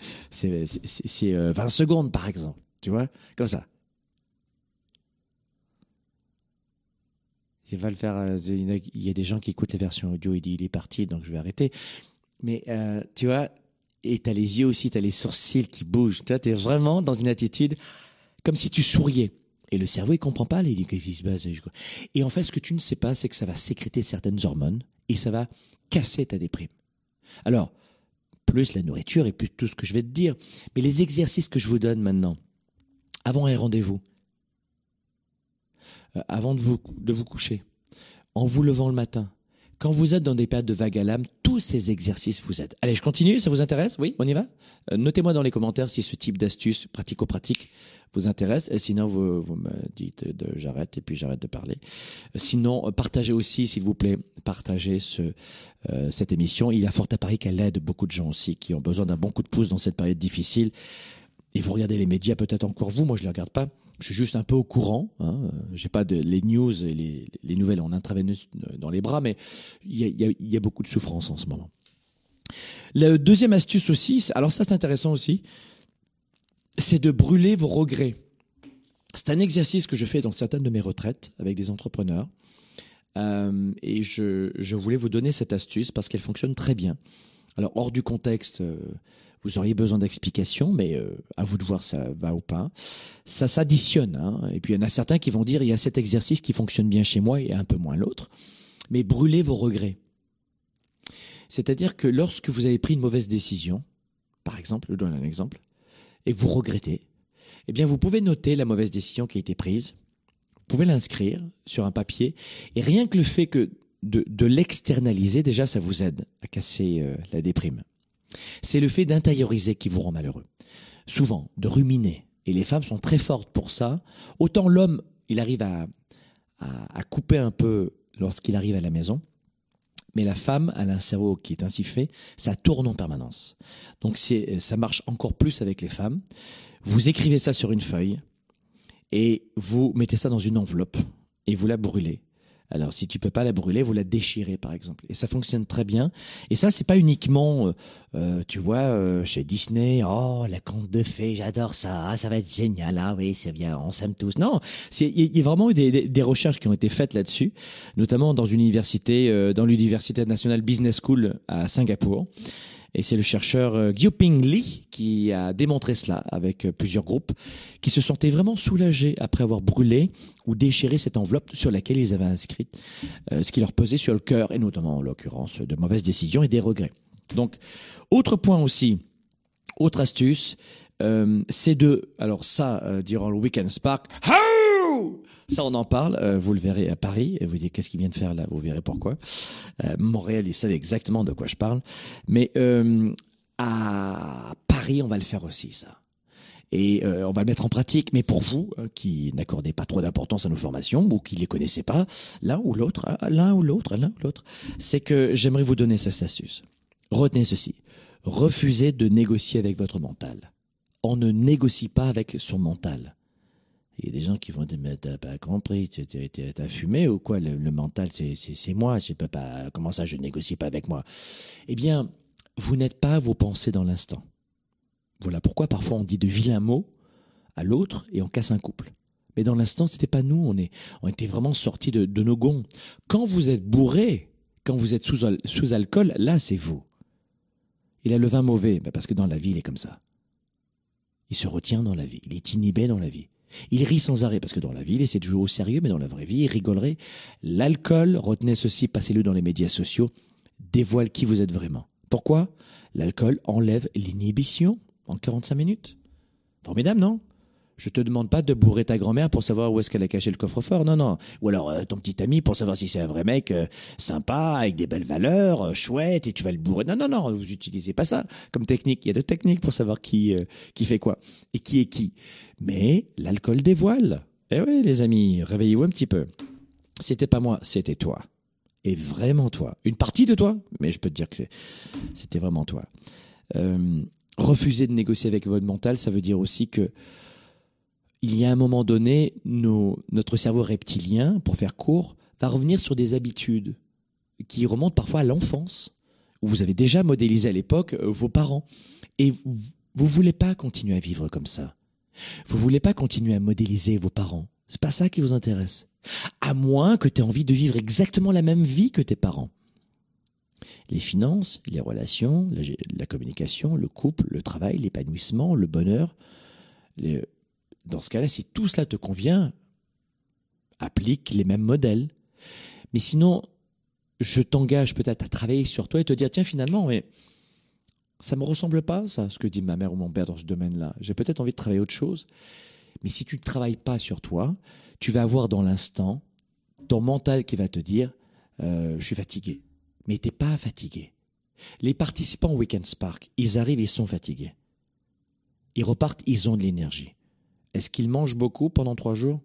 C'est 20 secondes, par exemple. Tu vois, comme ça. Je vais le faire. Il y a des gens qui écoutent les versions audio, il est parti, donc je vais arrêter. Mais tu vois, et t'as les yeux aussi, t'as les sourcils qui bougent. Tu vois, t'es vraiment dans une attitude comme si tu souriais. Et le cerveau, il comprend pas, il dit qu'est-ce qui se passe. Et en fait, ce que tu ne sais pas, c'est que ça va sécréter certaines hormones et ça va casser ta déprime. Alors, plus la nourriture et plus tout ce que je vais te dire. Mais les exercices que je vous donne maintenant, avant un rendez-vous, avant de vous coucher, en vous levant le matin, quand vous êtes dans des périodes de vague à l'âme, tous ces exercices vous aident. Allez, je continue, ça vous intéresse ? Oui, on y va ? Notez-moi dans les commentaires si ce type d'astuce pratico-pratique vous intéresse. Et sinon, vous me dites j'arrête et puis j'arrête de parler. Sinon, partagez aussi, s'il vous plaît, partagez cette émission. Il y a fort à parier qu'elle aide beaucoup de gens aussi qui ont besoin d'un bon coup de pouce dans cette période difficile. Et vous regardez les médias, peut-être encore vous, moi je ne les regarde pas. Je suis juste un peu au courant. J'ai pas les news et les nouvelles en intraveineux dans les bras, mais il y a beaucoup de souffrance en ce moment. La deuxième astuce aussi, alors ça c'est intéressant aussi, c'est de brûler vos regrets. C'est un exercice que je fais dans certaines de mes retraites avec des entrepreneurs. Et je voulais vous donner cette astuce parce qu'elle fonctionne très bien. Alors hors du contexte, vous auriez besoin d'explications, mais à vous de voir ça va ou pas. Ça s'additionne, hein. Et puis il y en a certains qui vont dire il y a cet exercice qui fonctionne bien chez moi et un peu moins l'autre. Mais brûlez vos regrets. C'est-à-dire que lorsque vous avez pris une mauvaise décision, par exemple, je donne un exemple, et que vous regrettez, eh bien, vous pouvez noter la mauvaise décision qui a été prise. Vous pouvez l'inscrire sur un papier. Et rien que le fait de l'externaliser, déjà, ça vous aide à casser la déprime. C'est le fait d'intérioriser qui vous rend malheureux. Souvent, de ruminer. Et les femmes sont très fortes pour ça. Autant l'homme, il arrive à couper un peu lorsqu'il arrive à la maison. Mais la femme, elle a un cerveau qui est ainsi fait, ça tourne en permanence. Donc ça marche encore plus avec les femmes. Vous écrivez ça sur une feuille et vous mettez ça dans une enveloppe et vous la brûlez. Alors, si tu peux pas la brûler, vous la déchirez, par exemple. Et ça fonctionne très bien. Et ça, c'est pas uniquement, tu vois, chez Disney, oh, la conte de fées, j'adore ça, ah, ça va être génial, ah oui, c'est bien, on s'aime tous. Non, il y a vraiment eu des recherches qui ont été faites là-dessus, notamment dans une université, dans l'Université National Business School à Singapour. Et c'est le chercheur Xiaoping Li qui a démontré cela avec plusieurs groupes qui se sentaient vraiment soulagés après avoir brûlé ou déchiré cette enveloppe sur laquelle ils avaient inscrit ce qui leur pesait sur le cœur, et notamment en l'occurrence de mauvaises décisions et des regrets. Donc, autre point aussi, autre astuce, c'est alors ça, durant le Weekend Spark, ça on en parle, vous le verrez à Paris, et vous dites qu'est-ce qu'il vient de faire là, vous verrez pourquoi. Montréal, ils savent exactement de quoi je parle, mais à Paris, on va le faire aussi ça. Et on va le mettre en pratique, mais pour vous qui n'accordez pas trop d'importance à nos formations ou qui les connaissez pas, l'un ou l'autre, c'est que j'aimerais vous donner cette astuce. Retenez ceci, refusez de négocier avec votre mental. On ne négocie pas avec son mental. Il y a des gens qui vont dire, mais t'as pas compris, t'as fumé ou quoi, le mental c'est moi, je peux pas, comment ça je négocie pas avec moi? Eh bien, vous n'êtes pas vos pensées dans l'instant. Voilà pourquoi parfois on dit de vilains mots à l'autre et on casse un couple. Mais dans l'instant, c'était pas nous, on était vraiment sortis de nos gonds. Quand vous êtes bourré, quand vous êtes sous alcool, là c'est vous. Il a le vin mauvais, parce que dans la vie il est comme ça. Il se retient dans la vie, il est inhibé dans la vie. Il rit sans arrêt, parce que dans la vie, il essaie de jouer au sérieux, mais dans la vraie vie, il rigolerait. L'alcool, retenez ceci, passez-le dans les médias sociaux, dévoile qui vous êtes vraiment. Pourquoi? L'alcool enlève l'inhibition en 45 minutes. Formidable, non? Je te demande pas de bourrer ta grand-mère pour savoir où est-ce qu'elle a caché le coffre-fort, non. Ou alors ton petit ami pour savoir si c'est un vrai mec sympa, avec des belles valeurs, chouette, et tu vas le bourrer. Non, vous utilisez pas ça comme technique. Il y a deux techniques pour savoir qui fait quoi et qui est qui. Mais l'alcool dévoile. Eh oui, les amis, réveillez-vous un petit peu. C'était pas moi, c'était toi. Et vraiment toi. Une partie de toi, mais je peux te dire que c'était vraiment toi. Refuser de négocier avec votre mental, ça veut dire aussi que il y a un moment donné, notre cerveau reptilien, pour faire court, va revenir sur des habitudes qui remontent parfois à l'enfance, où vous avez déjà modélisé à l'époque vos parents. Et vous voulez pas continuer à vivre comme ça. Vous voulez pas continuer à modéliser vos parents. C'est pas ça qui vous intéresse. À moins que tu aies envie de vivre exactement la même vie que tes parents. Les finances, les relations, la communication, le couple, le travail, l'épanouissement, le bonheur, dans ce cas-là, si tout cela te convient, applique les mêmes modèles. Mais sinon, je t'engage peut-être à travailler sur toi et te dire, tiens, finalement, mais ça me ressemble pas, ça, ce que dit ma mère ou mon père dans ce domaine-là. J'ai peut-être envie de travailler autre chose. Mais si tu ne travailles pas sur toi, tu vas avoir dans l'instant ton mental qui va te dire, je suis fatigué. Mais t'es pas fatigué. Les participants au Weekend Spark, ils arrivent, ils sont fatigués. Ils repartent, ils ont de l'énergie. Est-ce qu'ils mangent beaucoup pendant 3 jours?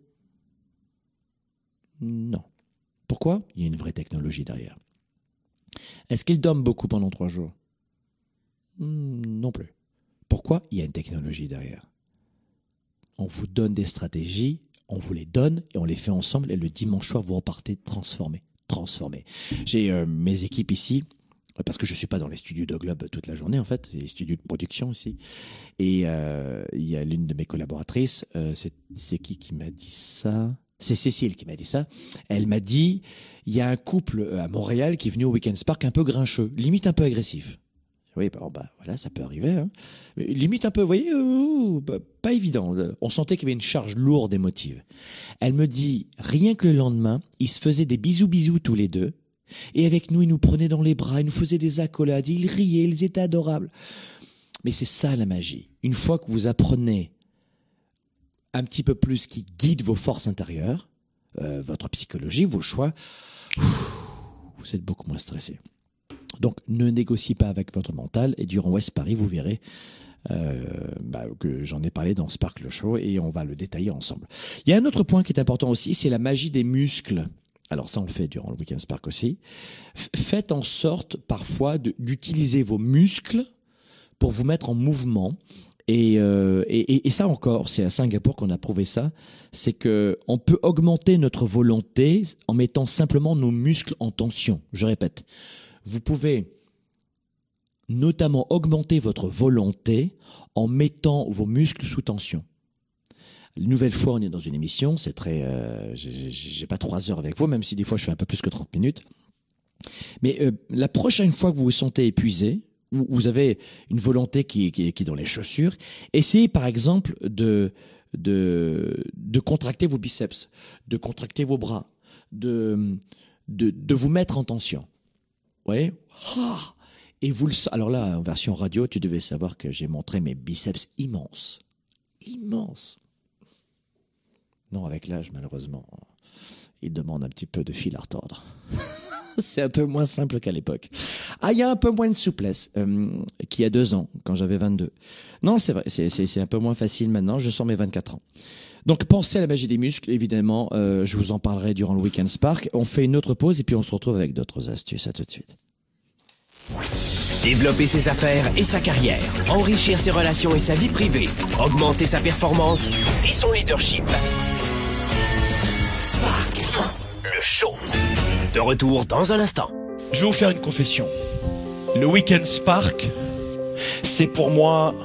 Non. Pourquoi? Il y a une vraie technologie derrière. Est-ce qu'ils dorment beaucoup pendant 3 jours? Non plus. Pourquoi? Il y a une technologie derrière. On vous donne des stratégies, on vous les donne et on les fait ensemble et le dimanche soir, vous repartez transformé. J'ai mes équipes ici, parce que je ne suis pas dans les studios de Globe toute la journée en fait, c'est les studios de production ici. Et il y a l'une de mes collaboratrices, c'est qui m'a dit ça? C'est Cécile qui m'a dit ça. Elle m'a dit, il y a un couple à Montréal qui est venu au Weekend Spark un peu grincheux, limite un peu agressif. Oui, voilà, ça peut arriver. Hein. Limite un peu, vous voyez, pas évident. On sentait qu'il y avait une charge lourde émotive. Elle me dit, rien que le lendemain, ils se faisaient des bisous tous les deux. Et avec nous, ils nous prenaient dans les bras, ils nous faisaient des accolades, ils riaient, ils étaient adorables. Mais c'est ça la magie. Une fois que vous apprenez un petit peu plus qui guide vos forces intérieures, votre psychologie, vos choix, vous êtes beaucoup moins stressé. Donc, ne négociez pas avec votre mental et durant West Paris, vous verrez que j'en ai parlé dans Sparkle Show et on va le détailler ensemble. Il y a un autre point qui est important aussi, c'est la magie des muscles. Alors ça, on le fait durant le Weekend Spark aussi. Faites en sorte parfois d'utiliser vos muscles pour vous mettre en mouvement. Et ça encore, c'est à Singapour qu'on a prouvé ça, c'est que on peut augmenter notre volonté en mettant simplement nos muscles en tension. Je répète, vous pouvez notamment augmenter votre volonté en mettant vos muscles sous tension. Une nouvelle fois, on est dans une émission, c'est très, j'ai pas 3 heures avec vous, même si des fois je fais un peu plus que 30 minutes. Mais la prochaine fois que vous vous sentez épuisé, ou vous avez une volonté qui est dans les chaussures, essayez par exemple de contracter vos biceps, de contracter vos bras, de vous mettre en tension. Vous voyez ? Et alors là, en version radio, tu devais savoir que j'ai montré mes biceps immenses. Immenses. Non, avec l'âge, malheureusement, il demande un petit peu de fil à retordre. C'est un peu moins simple qu'à l'époque. Il y a un peu moins de souplesse qu'il y a 2 ans, quand j'avais 22. Non, c'est vrai, c'est un peu moins facile maintenant, je sens mes 24 ans. Donc, pensez à la magie des muscles, évidemment, je vous en parlerai durant le Weekend Spark. On fait une autre pause et puis on se retrouve avec d'autres astuces. À tout de suite. Développer ses affaires et sa carrière, enrichir ses relations et sa vie privée, augmenter sa performance et son leadership. Spark, le show. De retour dans un instant. Je vais vous faire une confession. Le Weekend Spark, c'est pour moi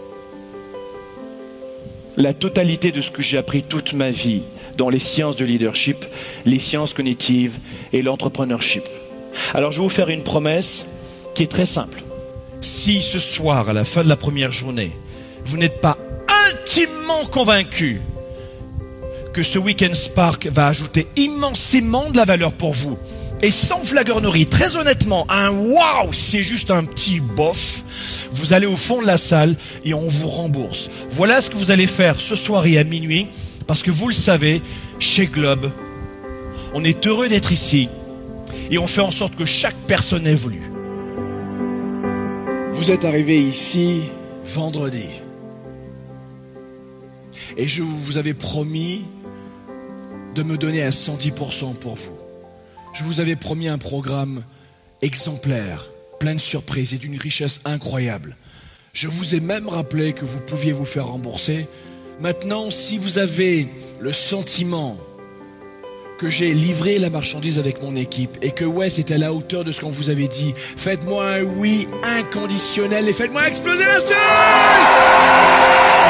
la totalité de ce que j'ai appris toute ma vie dans les sciences de leadership, les sciences cognitives et l'entrepreneurship. Alors je vais vous faire une promesse qui est très simple. Si ce soir, à la fin de la première journée, vous n'êtes pas intimement convaincu que ce Weekend Spark va ajouter immensément de la valeur pour vous, et sans flagornerie, très honnêtement, un waouh, c'est juste un petit bof, vous allez au fond de la salle et on vous rembourse. Voilà ce que vous allez faire ce soir et à minuit, parce que vous le savez, chez Globe, on est heureux d'être ici et on fait en sorte que chaque personne évolue. Vous êtes arrivé ici vendredi. Et je vous avais promis de me donner à 110% pour vous. Je vous avais promis un programme exemplaire, plein de surprises et d'une richesse incroyable. Je vous ai même rappelé que vous pouviez vous faire rembourser. Maintenant, si vous avez le sentiment que j'ai livré la marchandise avec mon équipe et que ouais, c'était à la hauteur de ce qu'on vous avait dit, faites-moi un oui inconditionnel et faites-moi exploser la salle!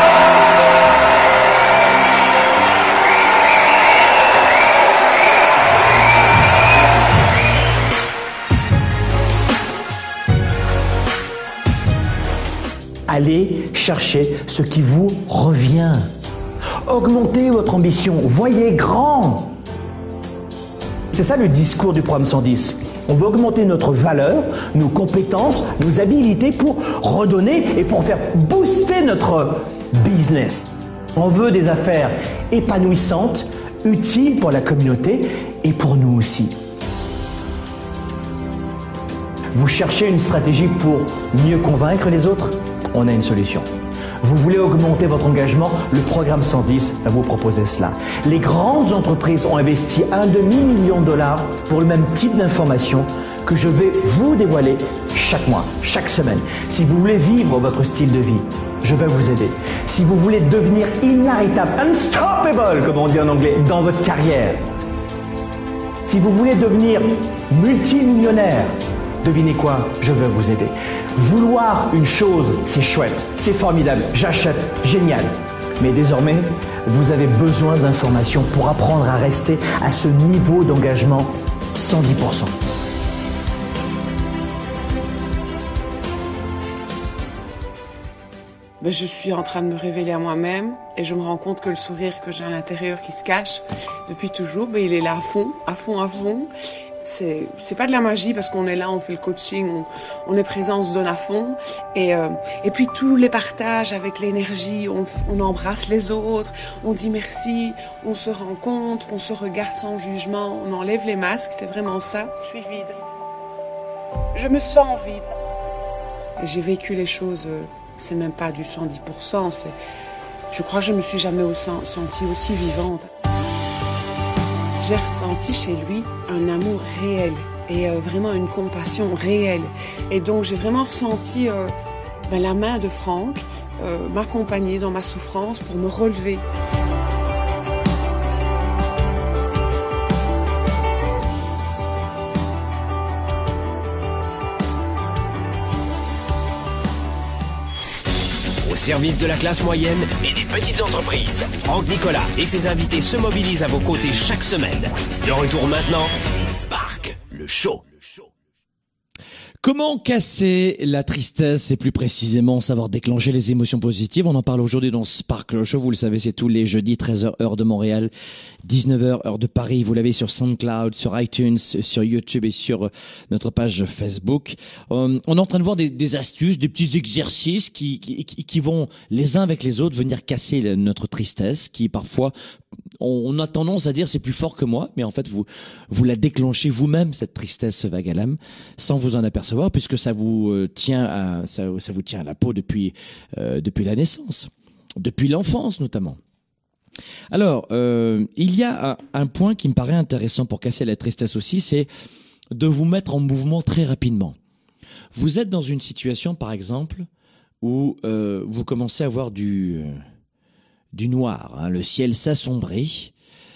Allez chercher ce qui vous revient. Augmentez votre ambition. Voyez grand. C'est ça le discours du programme 110. On veut augmenter notre valeur, nos compétences, nos habilités pour redonner et pour faire booster notre business. On veut des affaires épanouissantes, utiles pour la communauté et pour nous aussi. Vous cherchez une stratégie pour mieux convaincre les autres ? On a une solution. Vous voulez augmenter votre engagement ? Le programme 110 va vous proposer cela. Les grandes entreprises ont investi $1,5 million pour le même type d'informations que je vais vous dévoiler chaque mois, chaque semaine. Si vous voulez vivre votre style de vie, je vais vous aider. Si vous voulez devenir inarrêtable, unstoppable, comme on dit en anglais, dans votre carrière. Si vous voulez devenir multimillionnaire, devinez quoi? Je vais vous aider. Vouloir une chose, c'est chouette, c'est formidable, j'achète, génial. Mais désormais, vous avez besoin d'informations pour apprendre à rester à ce niveau d'engagement 110%. Je suis en train de me révéler à moi-même et je me rends compte que le sourire que j'ai à l'intérieur qui se cache depuis toujours, il est là à fond. C'est pas de la magie parce qu'on est là, on fait le coaching, on est présent, on se donne à fond. Et puis tous les partages avec l'énergie, on embrasse les autres, on dit merci, on se rencontre, on se regarde sans jugement, on enlève les masques, c'est vraiment ça. Je suis vide. Je me sens vide. Et j'ai vécu les choses, c'est même pas du 110%, je crois que je me suis jamais sentie aussi vivante. J'ai ressenti chez lui un amour réel et vraiment une compassion réelle. Et donc j'ai vraiment ressenti la main de Franck m'accompagner dans ma souffrance pour me relever. Au service de la classe moyenne et des petites entreprises, Franck Nicolas et ses invités se mobilisent à vos côtés chaque semaine. De retour maintenant, Spark, le show. Comment casser la tristesse et plus précisément savoir déclencher les émotions positives? On en parle aujourd'hui dans Spark le Show. Vous le savez, c'est tous les jeudis, 13h heure de Montréal, 19h heure de Paris. Vous l'avez sur SoundCloud, sur iTunes, sur YouTube et sur notre page Facebook. On est en train de voir des astuces, des petits exercices qui vont les uns avec les autres venir casser notre tristesse, qui parfois on a tendance à dire c'est plus fort que moi, mais en fait vous la déclenchez vous-même, cette tristesse vague à l'âme, sans vous en apercevoir, puisque ça vous tient à la peau depuis la naissance, depuis l'enfance notamment. Alors il y a un point qui me paraît intéressant pour casser la tristesse aussi, c'est de vous mettre en mouvement très rapidement. Vous êtes dans une situation par exemple où vous commencez à avoir du noir, hein, le ciel s'assombrit.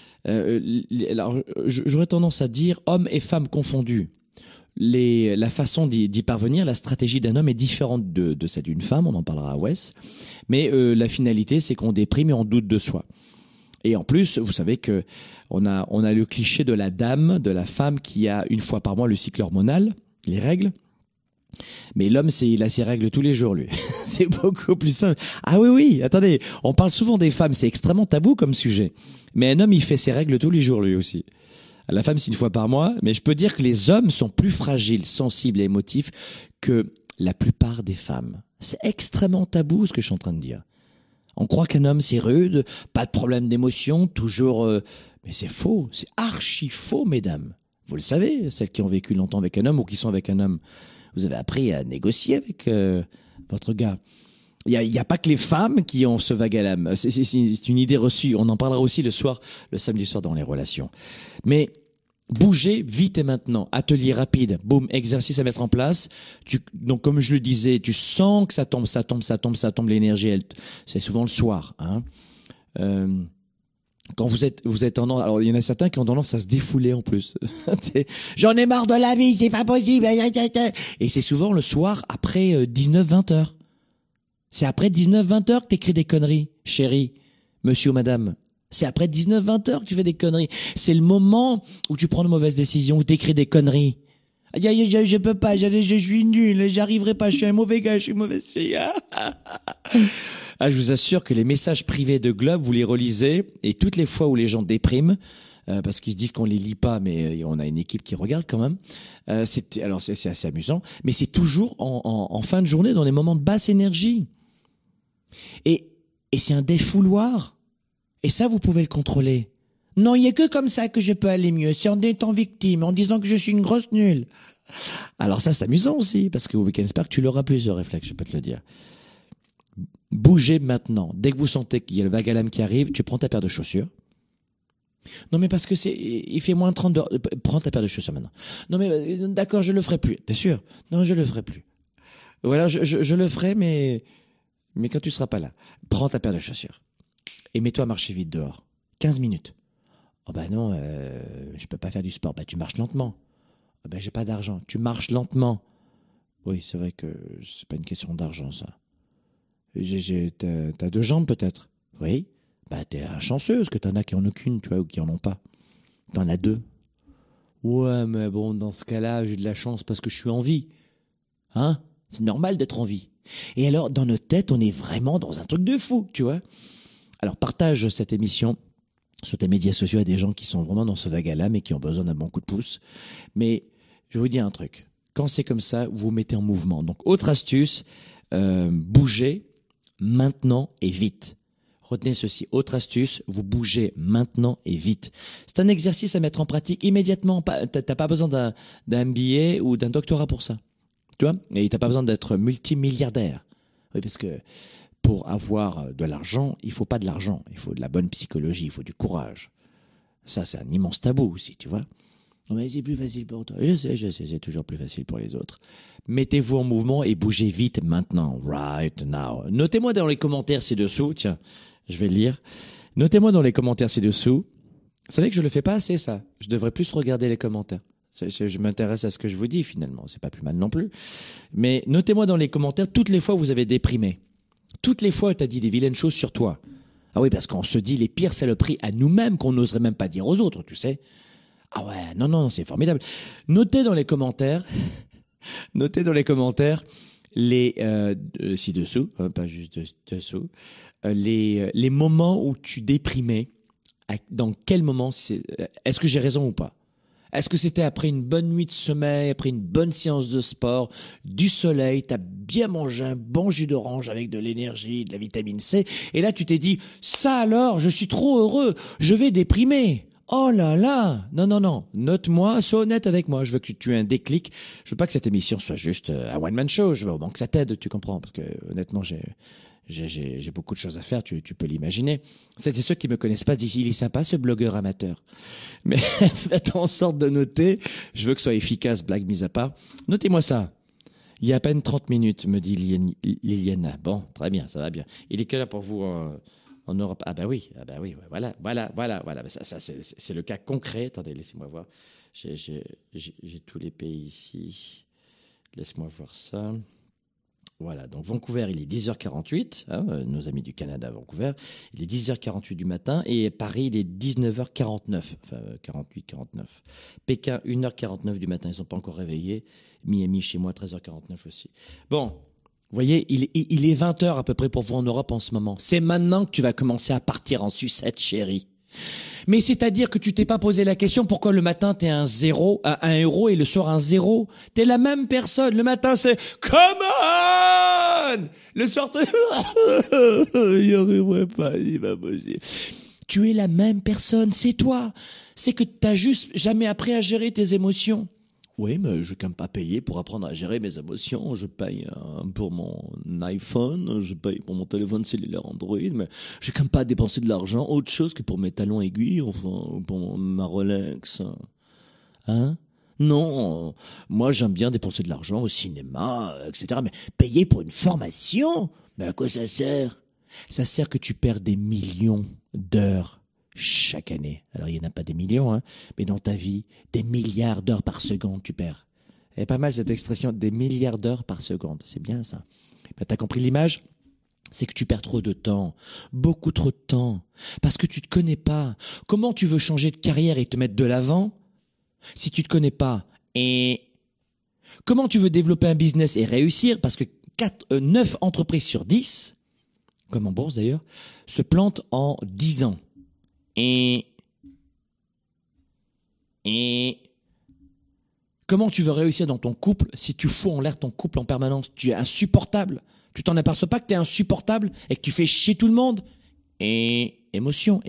Alors, j'aurais tendance à dire hommes et femmes confondus. La façon d'y parvenir, la stratégie d'un homme est différente de celle d'une femme, on en parlera à Wes. Mais la finalité, c'est qu'on déprime et on doute de soi. Et en plus, vous savez que on a le cliché de la dame, de la femme qui a une fois par mois le cycle hormonal, les règles. Mais l'homme, il a ses règles tous les jours, lui. C'est beaucoup plus simple. Ah oui, attendez, on parle souvent des femmes, c'est extrêmement tabou comme sujet. Mais un homme, il fait ses règles tous les jours, lui aussi. La femme, c'est une fois par mois, mais je peux dire que les hommes sont plus fragiles, sensibles et émotifs que la plupart des femmes. C'est extrêmement tabou, ce que je suis en train de dire. On croit qu'un homme, c'est rude, pas de problème d'émotion, toujours... Mais c'est faux, c'est archi faux, mesdames. Vous le savez, celles qui ont vécu longtemps avec un homme ou qui sont avec un homme. Vous avez appris à négocier avec votre gars. Il y a pas que les femmes qui ont ce vague à l'âme. C'est une idée reçue. On en parlera aussi le samedi soir dans les relations. Mais bougez vite et maintenant. Atelier rapide. Boum, exercice à mettre en place. Donc comme je le disais, tu sens que ça tombe. L'énergie, c'est souvent le soir. Hein. Quand vous êtes tendance, alors il y en a certains qui ont tendance à se défouler en plus. J'en ai marre de la vie, c'est pas possible. Et c'est souvent le soir après 19-20 heures. C'est après 19-20 heures que t'écris des conneries, chérie, monsieur ou madame. C'est après 19-20 heures que tu fais des conneries. C'est le moment où tu prends de mauvaises décisions, où t'écris des conneries. Je peux pas, je suis nul, j'arriverai pas, je suis un mauvais gars, je suis une mauvaise fille. Je vous assure que les messages privés de Globe, vous les relisez, et toutes les fois où les gens dépriment, parce qu'ils se disent qu'on les lit pas, mais on a une équipe qui regarde quand même, c'est assez amusant, mais c'est toujours en fin de journée, dans les moments de basse énergie. Et c'est un défouloir. Et ça, vous pouvez le contrôler. Non, il n'y a que comme ça que je peux aller mieux, c'est en étant victime, en disant que je suis une grosse nulle. Alors ça, c'est amusant aussi, parce que au Week-end Spark, tu l'auras plus, ce réflexe, je peux te le dire. Bougez maintenant. Dès que vous sentez qu'il y a le vague à l'âme qui arrive, tu prends ta paire de chaussures. Non, mais parce que il fait moins 30 dehors. Prends ta paire de chaussures maintenant. Non, mais d'accord, je le ferai plus. T'es sûr? Non, je le ferai plus. Voilà, je le ferai, mais quand tu seras pas là. Prends ta paire de chaussures. Et mets-toi à marcher vite dehors. 15 minutes. Oh bah non, je peux pas faire du sport. Bah tu marches lentement. Oh bah j'ai pas d'argent. Tu marches lentement. Oui, c'est vrai que c'est pas une question d'argent, ça. T'as 2 jambes peut-être? Oui. Bah t'es un chanceux, parce que t'en as qui en ont qu'une, tu vois, ou qui en ont pas. T'en as 2. Ouais, mais bon, dans ce cas-là, j'ai de la chance parce que je suis en vie. Hein? C'est normal d'être en vie. Et alors, dans notre tête, on est vraiment dans un truc de fou, tu vois. Alors, partage cette émission sur tes médias sociaux, il y a des gens qui sont vraiment dans ce vague-à-l'âme et qui ont besoin d'un bon coup de pouce. Mais je vais vous dire un truc. Quand c'est comme ça, vous vous mettez en mouvement. Donc, autre astuce, bougez maintenant et vite. Retenez ceci. Autre astuce, vous bougez maintenant et vite. C'est un exercice à mettre en pratique immédiatement. T'as pas besoin d'un MBA ou d'un doctorat pour ça. Tu vois? Et t'as pas besoin d'être multimilliardaire. Oui, parce que pour avoir de l'argent, il faut pas de l'argent. Il faut de la bonne psychologie, il faut du courage. Ça, c'est un immense tabou aussi, tu vois. Mais c'est plus facile pour toi. Je sais, c'est toujours plus facile pour les autres. Mettez-vous en mouvement et bougez vite maintenant. Right now. Notez-moi dans les commentaires ci-dessous. Tiens, je vais le lire. Notez-moi dans les commentaires ci-dessous. Vous savez que je le fais pas assez, ça. Je devrais plus regarder les commentaires. Je m'intéresse à ce que je vous dis, finalement. C'est pas plus mal non plus. Mais notez-moi dans les commentaires toutes les fois où vous avez déprimé. Toutes les fois où tu as dit des vilaines choses sur toi. Ah oui, parce qu'on se dit les pires saloperies à nous-mêmes qu'on n'oserait même pas dire aux autres, tu sais. Ah ouais, non, c'est formidable. Notez dans les commentaires les ci-dessous, pas juste dessous, les moments où tu déprimais. Dans quel moment est-ce que j'ai raison ou pas? Est-ce que c'était après une bonne nuit de sommeil, après une bonne séance de sport, du soleil, t'as bien mangé un bon jus d'orange avec de l'énergie, de la vitamine C, et là tu t'es dit, ça alors, je suis trop heureux, je vais déprimer. Oh là là! Non. Note-moi, sois honnête avec moi. Je veux que tu aies un déclic. Je veux pas que cette émission soit juste un one-man show. Je veux au moins que ça t'aide, tu comprends? Parce que, honnêtement, j'ai beaucoup de choses à faire, tu peux l'imaginer. C'est ceux qui me connaissent pas disent, il est sympa, ce blogueur amateur. Mais faites en sorte de noter. Je veux que ce soit efficace, blague mise à part. Notez-moi ça. Il y a à peine 30 minutes, me dit Liliana. Bon, très bien, ça va bien. Il est que là pour vous, en Europe. Ah bah oui, voilà. Ça c'est le cas concret. Attendez, laissez-moi voir. J'ai tous les pays ici. Laisse-moi voir ça. Voilà, donc Vancouver, il est 10h48, nos amis du Canada à Vancouver, il est 10h48 du matin, et Paris, il est 19h49, enfin 48-49. Pékin, 1h49 du matin, ils ne sont pas encore réveillés. Miami, chez moi, 13h49 aussi. Bon, vous voyez, il est 20h à peu près pour vous en Europe en ce moment. C'est maintenant que tu vas commencer à partir en sucette, chérie. Mais c'est-à-dire que tu t'es pas posé la question pourquoi le matin t'es un 1 euro et le soir un 0. T'es la même personne. Le matin c'est come on. Le soir j'y arriverai pas, c'est pas possible. Tu es la même personne, c'est toi. C'est que t'as juste jamais appris à gérer tes émotions. Oui, mais je ne peux pas payer pour apprendre à gérer mes émotions. Je paye pour mon iPhone, je paye pour mon téléphone cellulaire Android, mais je ne peux pas dépenser de l'argent autre chose que pour mes talons aiguilles, enfin, pour ma Rolex. Hein? Non, moi j'aime bien dépenser de l'argent au cinéma, etc. Mais payer pour une formation? Mais à quoi ça sert? Ça sert que tu perds des millions d'heures chaque année. Alors, il n'y en a pas des millions, hein, mais dans ta vie, des milliards d'heures par seconde, tu perds. C'est pas mal cette expression, des milliards d'heures par seconde. C'est bien ça. Ben, t'as compris l'image? C'est que tu perds trop de temps, beaucoup trop de temps, parce que tu te connais pas. Comment tu veux changer de carrière et te mettre de l'avant si tu te connais pas? Et comment tu veux développer un business et réussir? Parce que 9 entreprises sur 10, comme en bourse d'ailleurs, se plantent en 10 ans. Et comment tu veux réussir dans ton couple si tu fous en l'air ton couple en permanence? Tu es insupportable. Tu t'en aperçois pas que tu es insupportable et que tu fais chier tout le monde? Et émotion.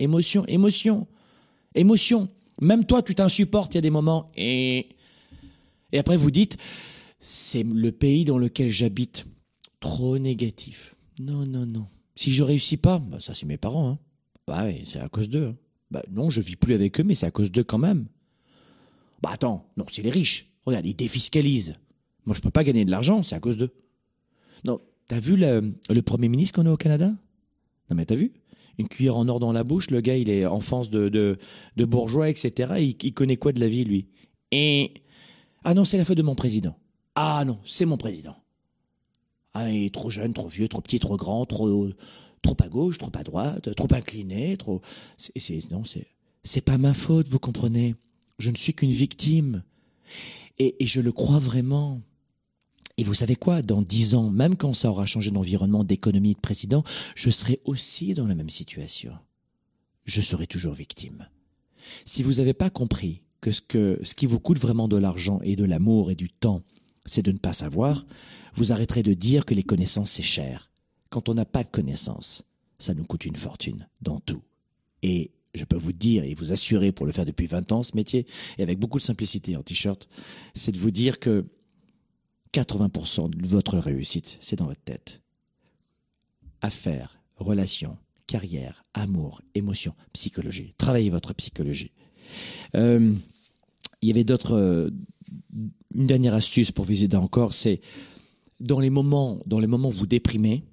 Même toi, tu t'insupportes, il y a des moments. Et après, vous dites, c'est le pays dans lequel j'habite. Trop négatif. Non. Si je réussis pas, bah ça c'est mes parents, hein. Bah oui, c'est à cause d'eux. Hein. Bah non, je vis plus avec eux, mais c'est à cause d'eux quand même. Bah attends, non, c'est les riches. Regarde, ils défiscalisent. Moi, je peux pas gagner de l'argent, c'est à cause d'eux. Non, t'as vu le Premier ministre qu'on a au Canada? Non mais t'as vu? Une cuillère en or dans la bouche, le gars, il est enfance de bourgeois, etc. Il connaît quoi de la vie, lui? Ah non, c'est la faute de mon président. Ah non, c'est mon président. Ah, il est trop jeune, trop vieux, trop petit, trop grand, trop à gauche, trop à droite, trop incliné, trop... C'est pas ma faute, vous comprenez? Je ne suis qu'une victime. Et je le crois vraiment. Et vous savez quoi? Dans 10 ans, même quand ça aura changé d'environnement, d'économie, de président, je serai aussi dans la même situation. je serai toujours victime. Si vous n'avez pas compris que ce qui vous coûte vraiment de l'argent et de l'amour et du temps, c'est de ne pas savoir, vous arrêterez de dire que les connaissances, c'est cher. Quand on n'a pas de connaissances, ça nous coûte une fortune dans tout. Et je peux vous dire et vous assurer, pour le faire depuis 20 ans, ce métier, et avec beaucoup de simplicité en t-shirt, c'est de vous dire que 80% de votre réussite, c'est dans votre tête. Affaires, relations, carrière, amour, émotion, psychologie. Travaillez votre psychologie. Il y avait une dernière astuce pour vous aider encore, c'est dans les moments où vous déprimez,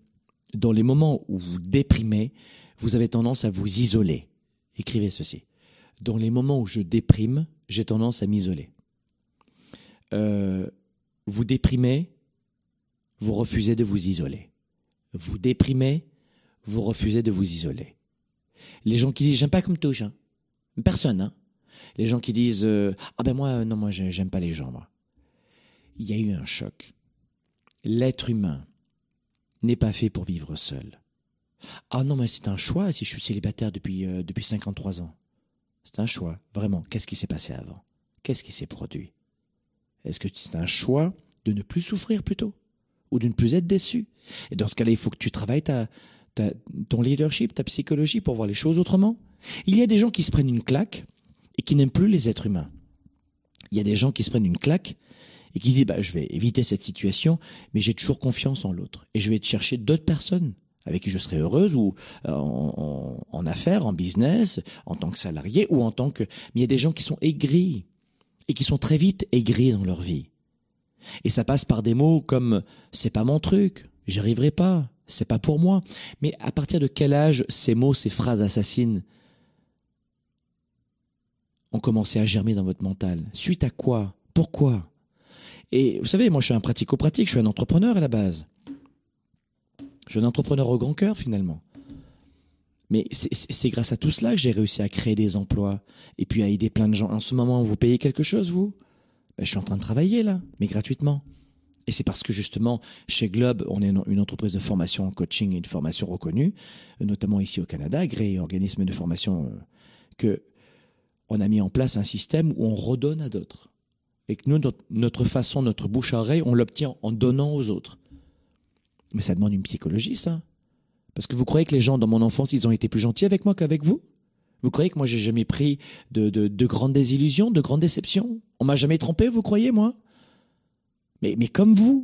vous avez tendance à vous isoler. Écrivez ceci. Dans les moments où je déprime, j'ai tendance à m'isoler. Vous déprimez, vous refusez de vous isoler. Vous déprimez, vous refusez de vous isoler. Les gens qui disent « j'aime pas comme touche », personne, hein. Les gens qui disent « ah ben moi j'aime pas les gens, moi ». Il y a eu un choc. L'être humain n'est pas fait pour vivre seul. Ah non, mais c'est un choix si je suis célibataire depuis 53 ans. C'est un choix, vraiment. Qu'est-ce qui s'est passé avant? Qu'est-ce qui s'est produit? Est-ce que c'est un choix de ne plus souffrir plutôt? Ou de ne plus être déçu? Et dans ce cas-là, il faut que tu travailles ton leadership, ta psychologie pour voir les choses autrement. Il y a des gens qui se prennent une claque et qui n'aiment plus les êtres humains. Il y a des gens qui se prennent une claque et qui disent je vais éviter cette situation, mais j'ai toujours confiance en l'autre. Et je vais chercher d'autres personnes avec qui je serai heureuse, ou en affaires, en business, en tant que salarié, ou en tant que... Mais il y a des gens qui sont aigris, et qui sont très vite aigris dans leur vie. Et ça passe par des mots comme « c'est pas mon truc, j'y arriverai pas, c'est pas pour moi ». Mais à partir de quel âge ces mots, ces phrases assassines ont commencé à germer dans votre mental? Suite à quoi? Pourquoi? Et vous savez, moi je suis un pratico-pratique, je suis un entrepreneur à la base. Je suis un entrepreneur au grand cœur, finalement. Mais c'est grâce à tout cela que j'ai réussi à créer des emplois et puis à aider plein de gens. En ce moment, vous payez quelque chose, vous? Je suis en train de travailler, là, mais gratuitement. Et c'est parce que, justement, chez Globe, on est une entreprise de formation en coaching et de formation reconnue, notamment ici au Canada, agréé organisme de formation, que on a mis en place un système où on redonne à d'autres. Et que nous, notre façon, notre bouche à oreille, on l'obtient en donnant aux autres. Mais ça demande une psychologie, ça. Parce que vous croyez que les gens, dans mon enfance, ils ont été plus gentils avec moi qu'avec vous? Vous croyez que moi, j'ai jamais pris de grandes désillusions, de grandes déceptions? On m'a jamais trompé, vous croyez, moi? Mais comme vous.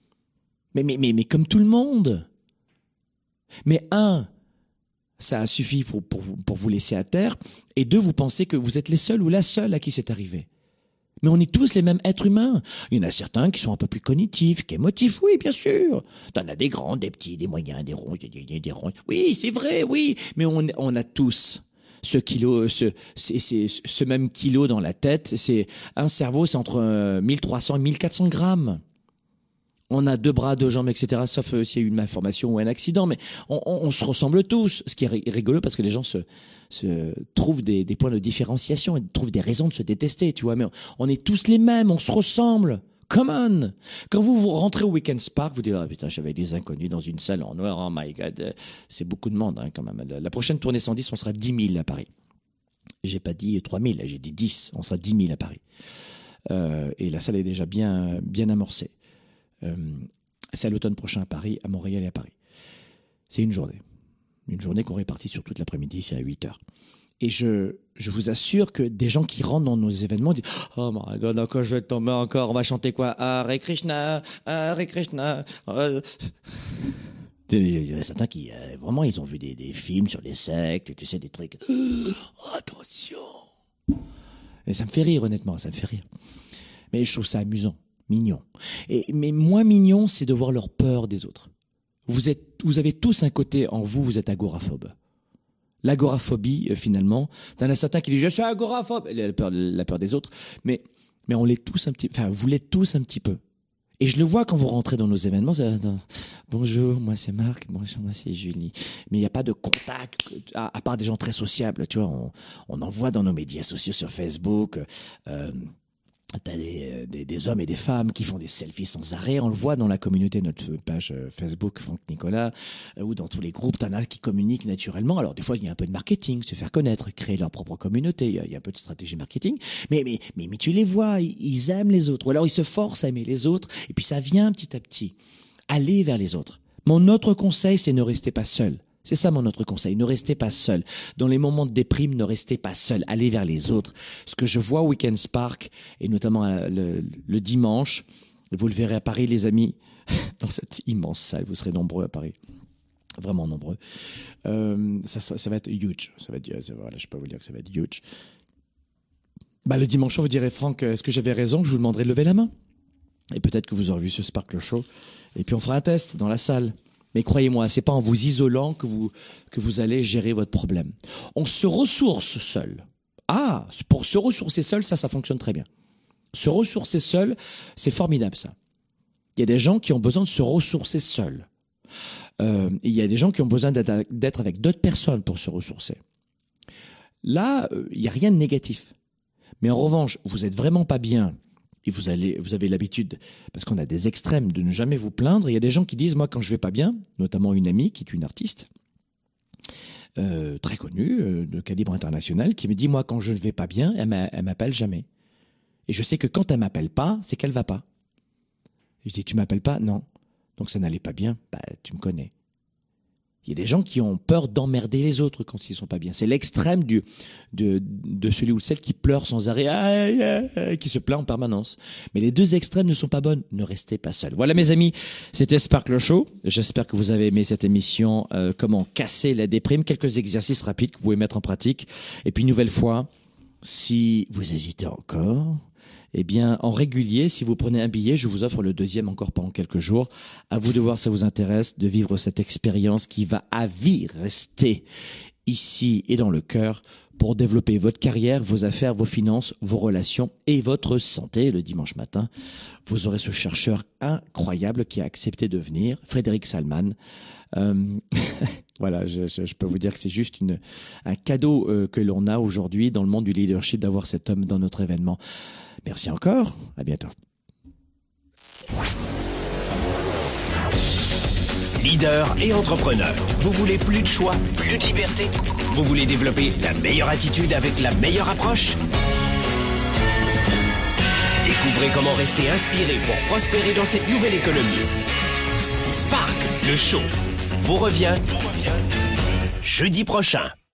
Mais comme tout le monde. Mais ça a suffi pour vous laisser à terre. Et deux, vous pensez que vous êtes les seuls ou la seule à qui c'est arrivé. Mais on est tous les mêmes êtres humains. Il y en a certains qui sont un peu plus cognitifs, qu'émotifs, oui, bien sûr. T'en as des grands, des petits, des moyens, des ronds, des ronds. Oui, c'est vrai, oui. Mais on a tous ce kilo, ce même kilo dans la tête. C'est un cerveau, c'est entre 1300 et 1400 grammes. On a 2 bras, 2 jambes, etc. Sauf s'il y a eu une malformation ou un accident. Mais on se ressemble tous. Ce qui est rigolo parce que les gens se trouvent des points de différenciation et trouvent des raisons de se détester, tu vois. Mais on est tous les mêmes, on se ressemble. Come on! Quand vous rentrez au Weekend Spark, vous dites, ah putain, j'avais des inconnus dans une salle en noir, oh my god. C'est beaucoup de monde, hein, quand même. La prochaine tournée 110, on sera 10 000 à Paris. J'ai pas dit 3 000, j'ai dit 10. On sera 10 000 à Paris. Et la salle est déjà bien amorcée. C'est à l'automne prochain à Paris, à Montréal et à Paris. C'est une journée qu'on répartit sur toute l'après-midi, c'est à 8h. Et je vous assure que des gens qui rentrent dans nos événements disent « Oh my God, encore je vais tomber encore, on va chanter quoi? Hare Krishna, Hare Krishna. » Il y en a certains qui, vraiment, ils ont vu des films sur les sectes, tu sais, des trucs. Attention! Et ça me fait rire, honnêtement, ça me fait rire. Mais je trouve ça amusant. Mignon. Mais moins mignon, c'est de voir leur peur des autres. Vous avez tous un côté en vous, vous êtes agoraphobe. L'agoraphobie, finalement, t'en as certains qui disent je suis agoraphobe, la peur des autres, mais on l'est tous un petit, enfin vous l'êtes tous un petit peu. Et je le vois quand vous rentrez dans nos événements. Bonjour, moi c'est Marc, bonjour, moi c'est Julie. Mais il n'y a pas de contact, à part des gens très sociables, tu vois. On en voit dans nos médias sociaux sur Facebook. T'as des hommes et des femmes qui font des selfies sans arrêt. On le voit dans la communauté, notre page Facebook, Franck Nicolas, ou dans tous les groupes. T'en as qui communiquent naturellement. Alors, des fois, il y a un peu de marketing, se faire connaître, créer leur propre communauté. Il y a un peu de stratégie marketing. Mais tu les vois, ils aiment les autres. Ou alors, ils se forcent à aimer les autres. Et puis, ça vient petit à petit. Aller vers les autres. Mon autre conseil, c'est ne restez pas seul. C'est ça mon autre conseil, ne restez pas seul. Dans les moments de déprime, ne restez pas seul, allez vers les autres. Ce que je vois au Weekend Spark, et notamment le dimanche, vous le verrez à Paris les amis, dans cette immense salle, vous serez nombreux à Paris, vraiment nombreux. Ça va être huge, voilà, je peux vous dire que ça va être huge. Le dimanche, vous direz Franck, est-ce que j'avais raison? Je vous demanderai de lever la main. Et peut-être que vous aurez vu ce Sparkle Show. Et puis on fera un test dans la salle. Mais croyez-moi, c'est pas en vous isolant que vous allez gérer votre problème. On se ressource seul. Ah, pour se ressourcer seul, ça fonctionne très bien. Se ressourcer seul, c'est formidable ça. Il y a des gens qui ont besoin de se ressourcer seuls. Il y a des gens qui ont besoin d'être avec d'autres personnes pour se ressourcer. Là, il n'y a rien de négatif. Mais en revanche, vous êtes vraiment pas bien. Et vous avez l'habitude, parce qu'on a des extrêmes, de ne jamais vous plaindre. Il y a des gens qui disent, moi, quand je vais pas bien, notamment une amie qui est une artiste très connue, de calibre international, qui me dit, moi, quand je ne vais pas bien, elle m'appelle jamais. Et je sais que quand elle m'appelle pas, c'est qu'elle va pas. Et je dis, tu m'appelles pas? Non. Donc ça n'allait pas bien. Tu me connais. Il y a des gens qui ont peur d'emmerder les autres quand ils sont pas bien. C'est l'extrême de celui ou celle qui pleure sans arrêt, qui se plaint en permanence. Mais les deux extrêmes ne sont pas bonnes. Ne restez pas seuls. Voilà mes amis, c'était Sparkle Show. J'espère que vous avez aimé cette émission. Comment casser la déprime. Quelques exercices rapides que vous pouvez mettre en pratique. Et puis une nouvelle fois, si vous hésitez encore, eh bien, en régulier, si vous prenez un billet, je vous offre le deuxième encore pendant quelques jours. À vous de voir si ça vous intéresse, de vivre cette expérience qui va à vie rester ici et dans le cœur pour développer votre carrière, vos affaires, vos finances, vos relations et votre santé. Le dimanche matin, vous aurez ce chercheur incroyable qui a accepté de venir, Frédéric Salman. Voilà, je peux vous dire que c'est juste un cadeau que l'on a aujourd'hui dans le monde du leadership d'avoir cet homme dans notre événement. Merci encore, à bientôt. Leader et entrepreneur, vous voulez plus de choix, plus de liberté? Vous voulez développer la meilleure attitude avec la meilleure approche? Découvrez comment rester inspiré pour prospérer dans cette nouvelle économie. Spark, le show, vous revient jeudi prochain.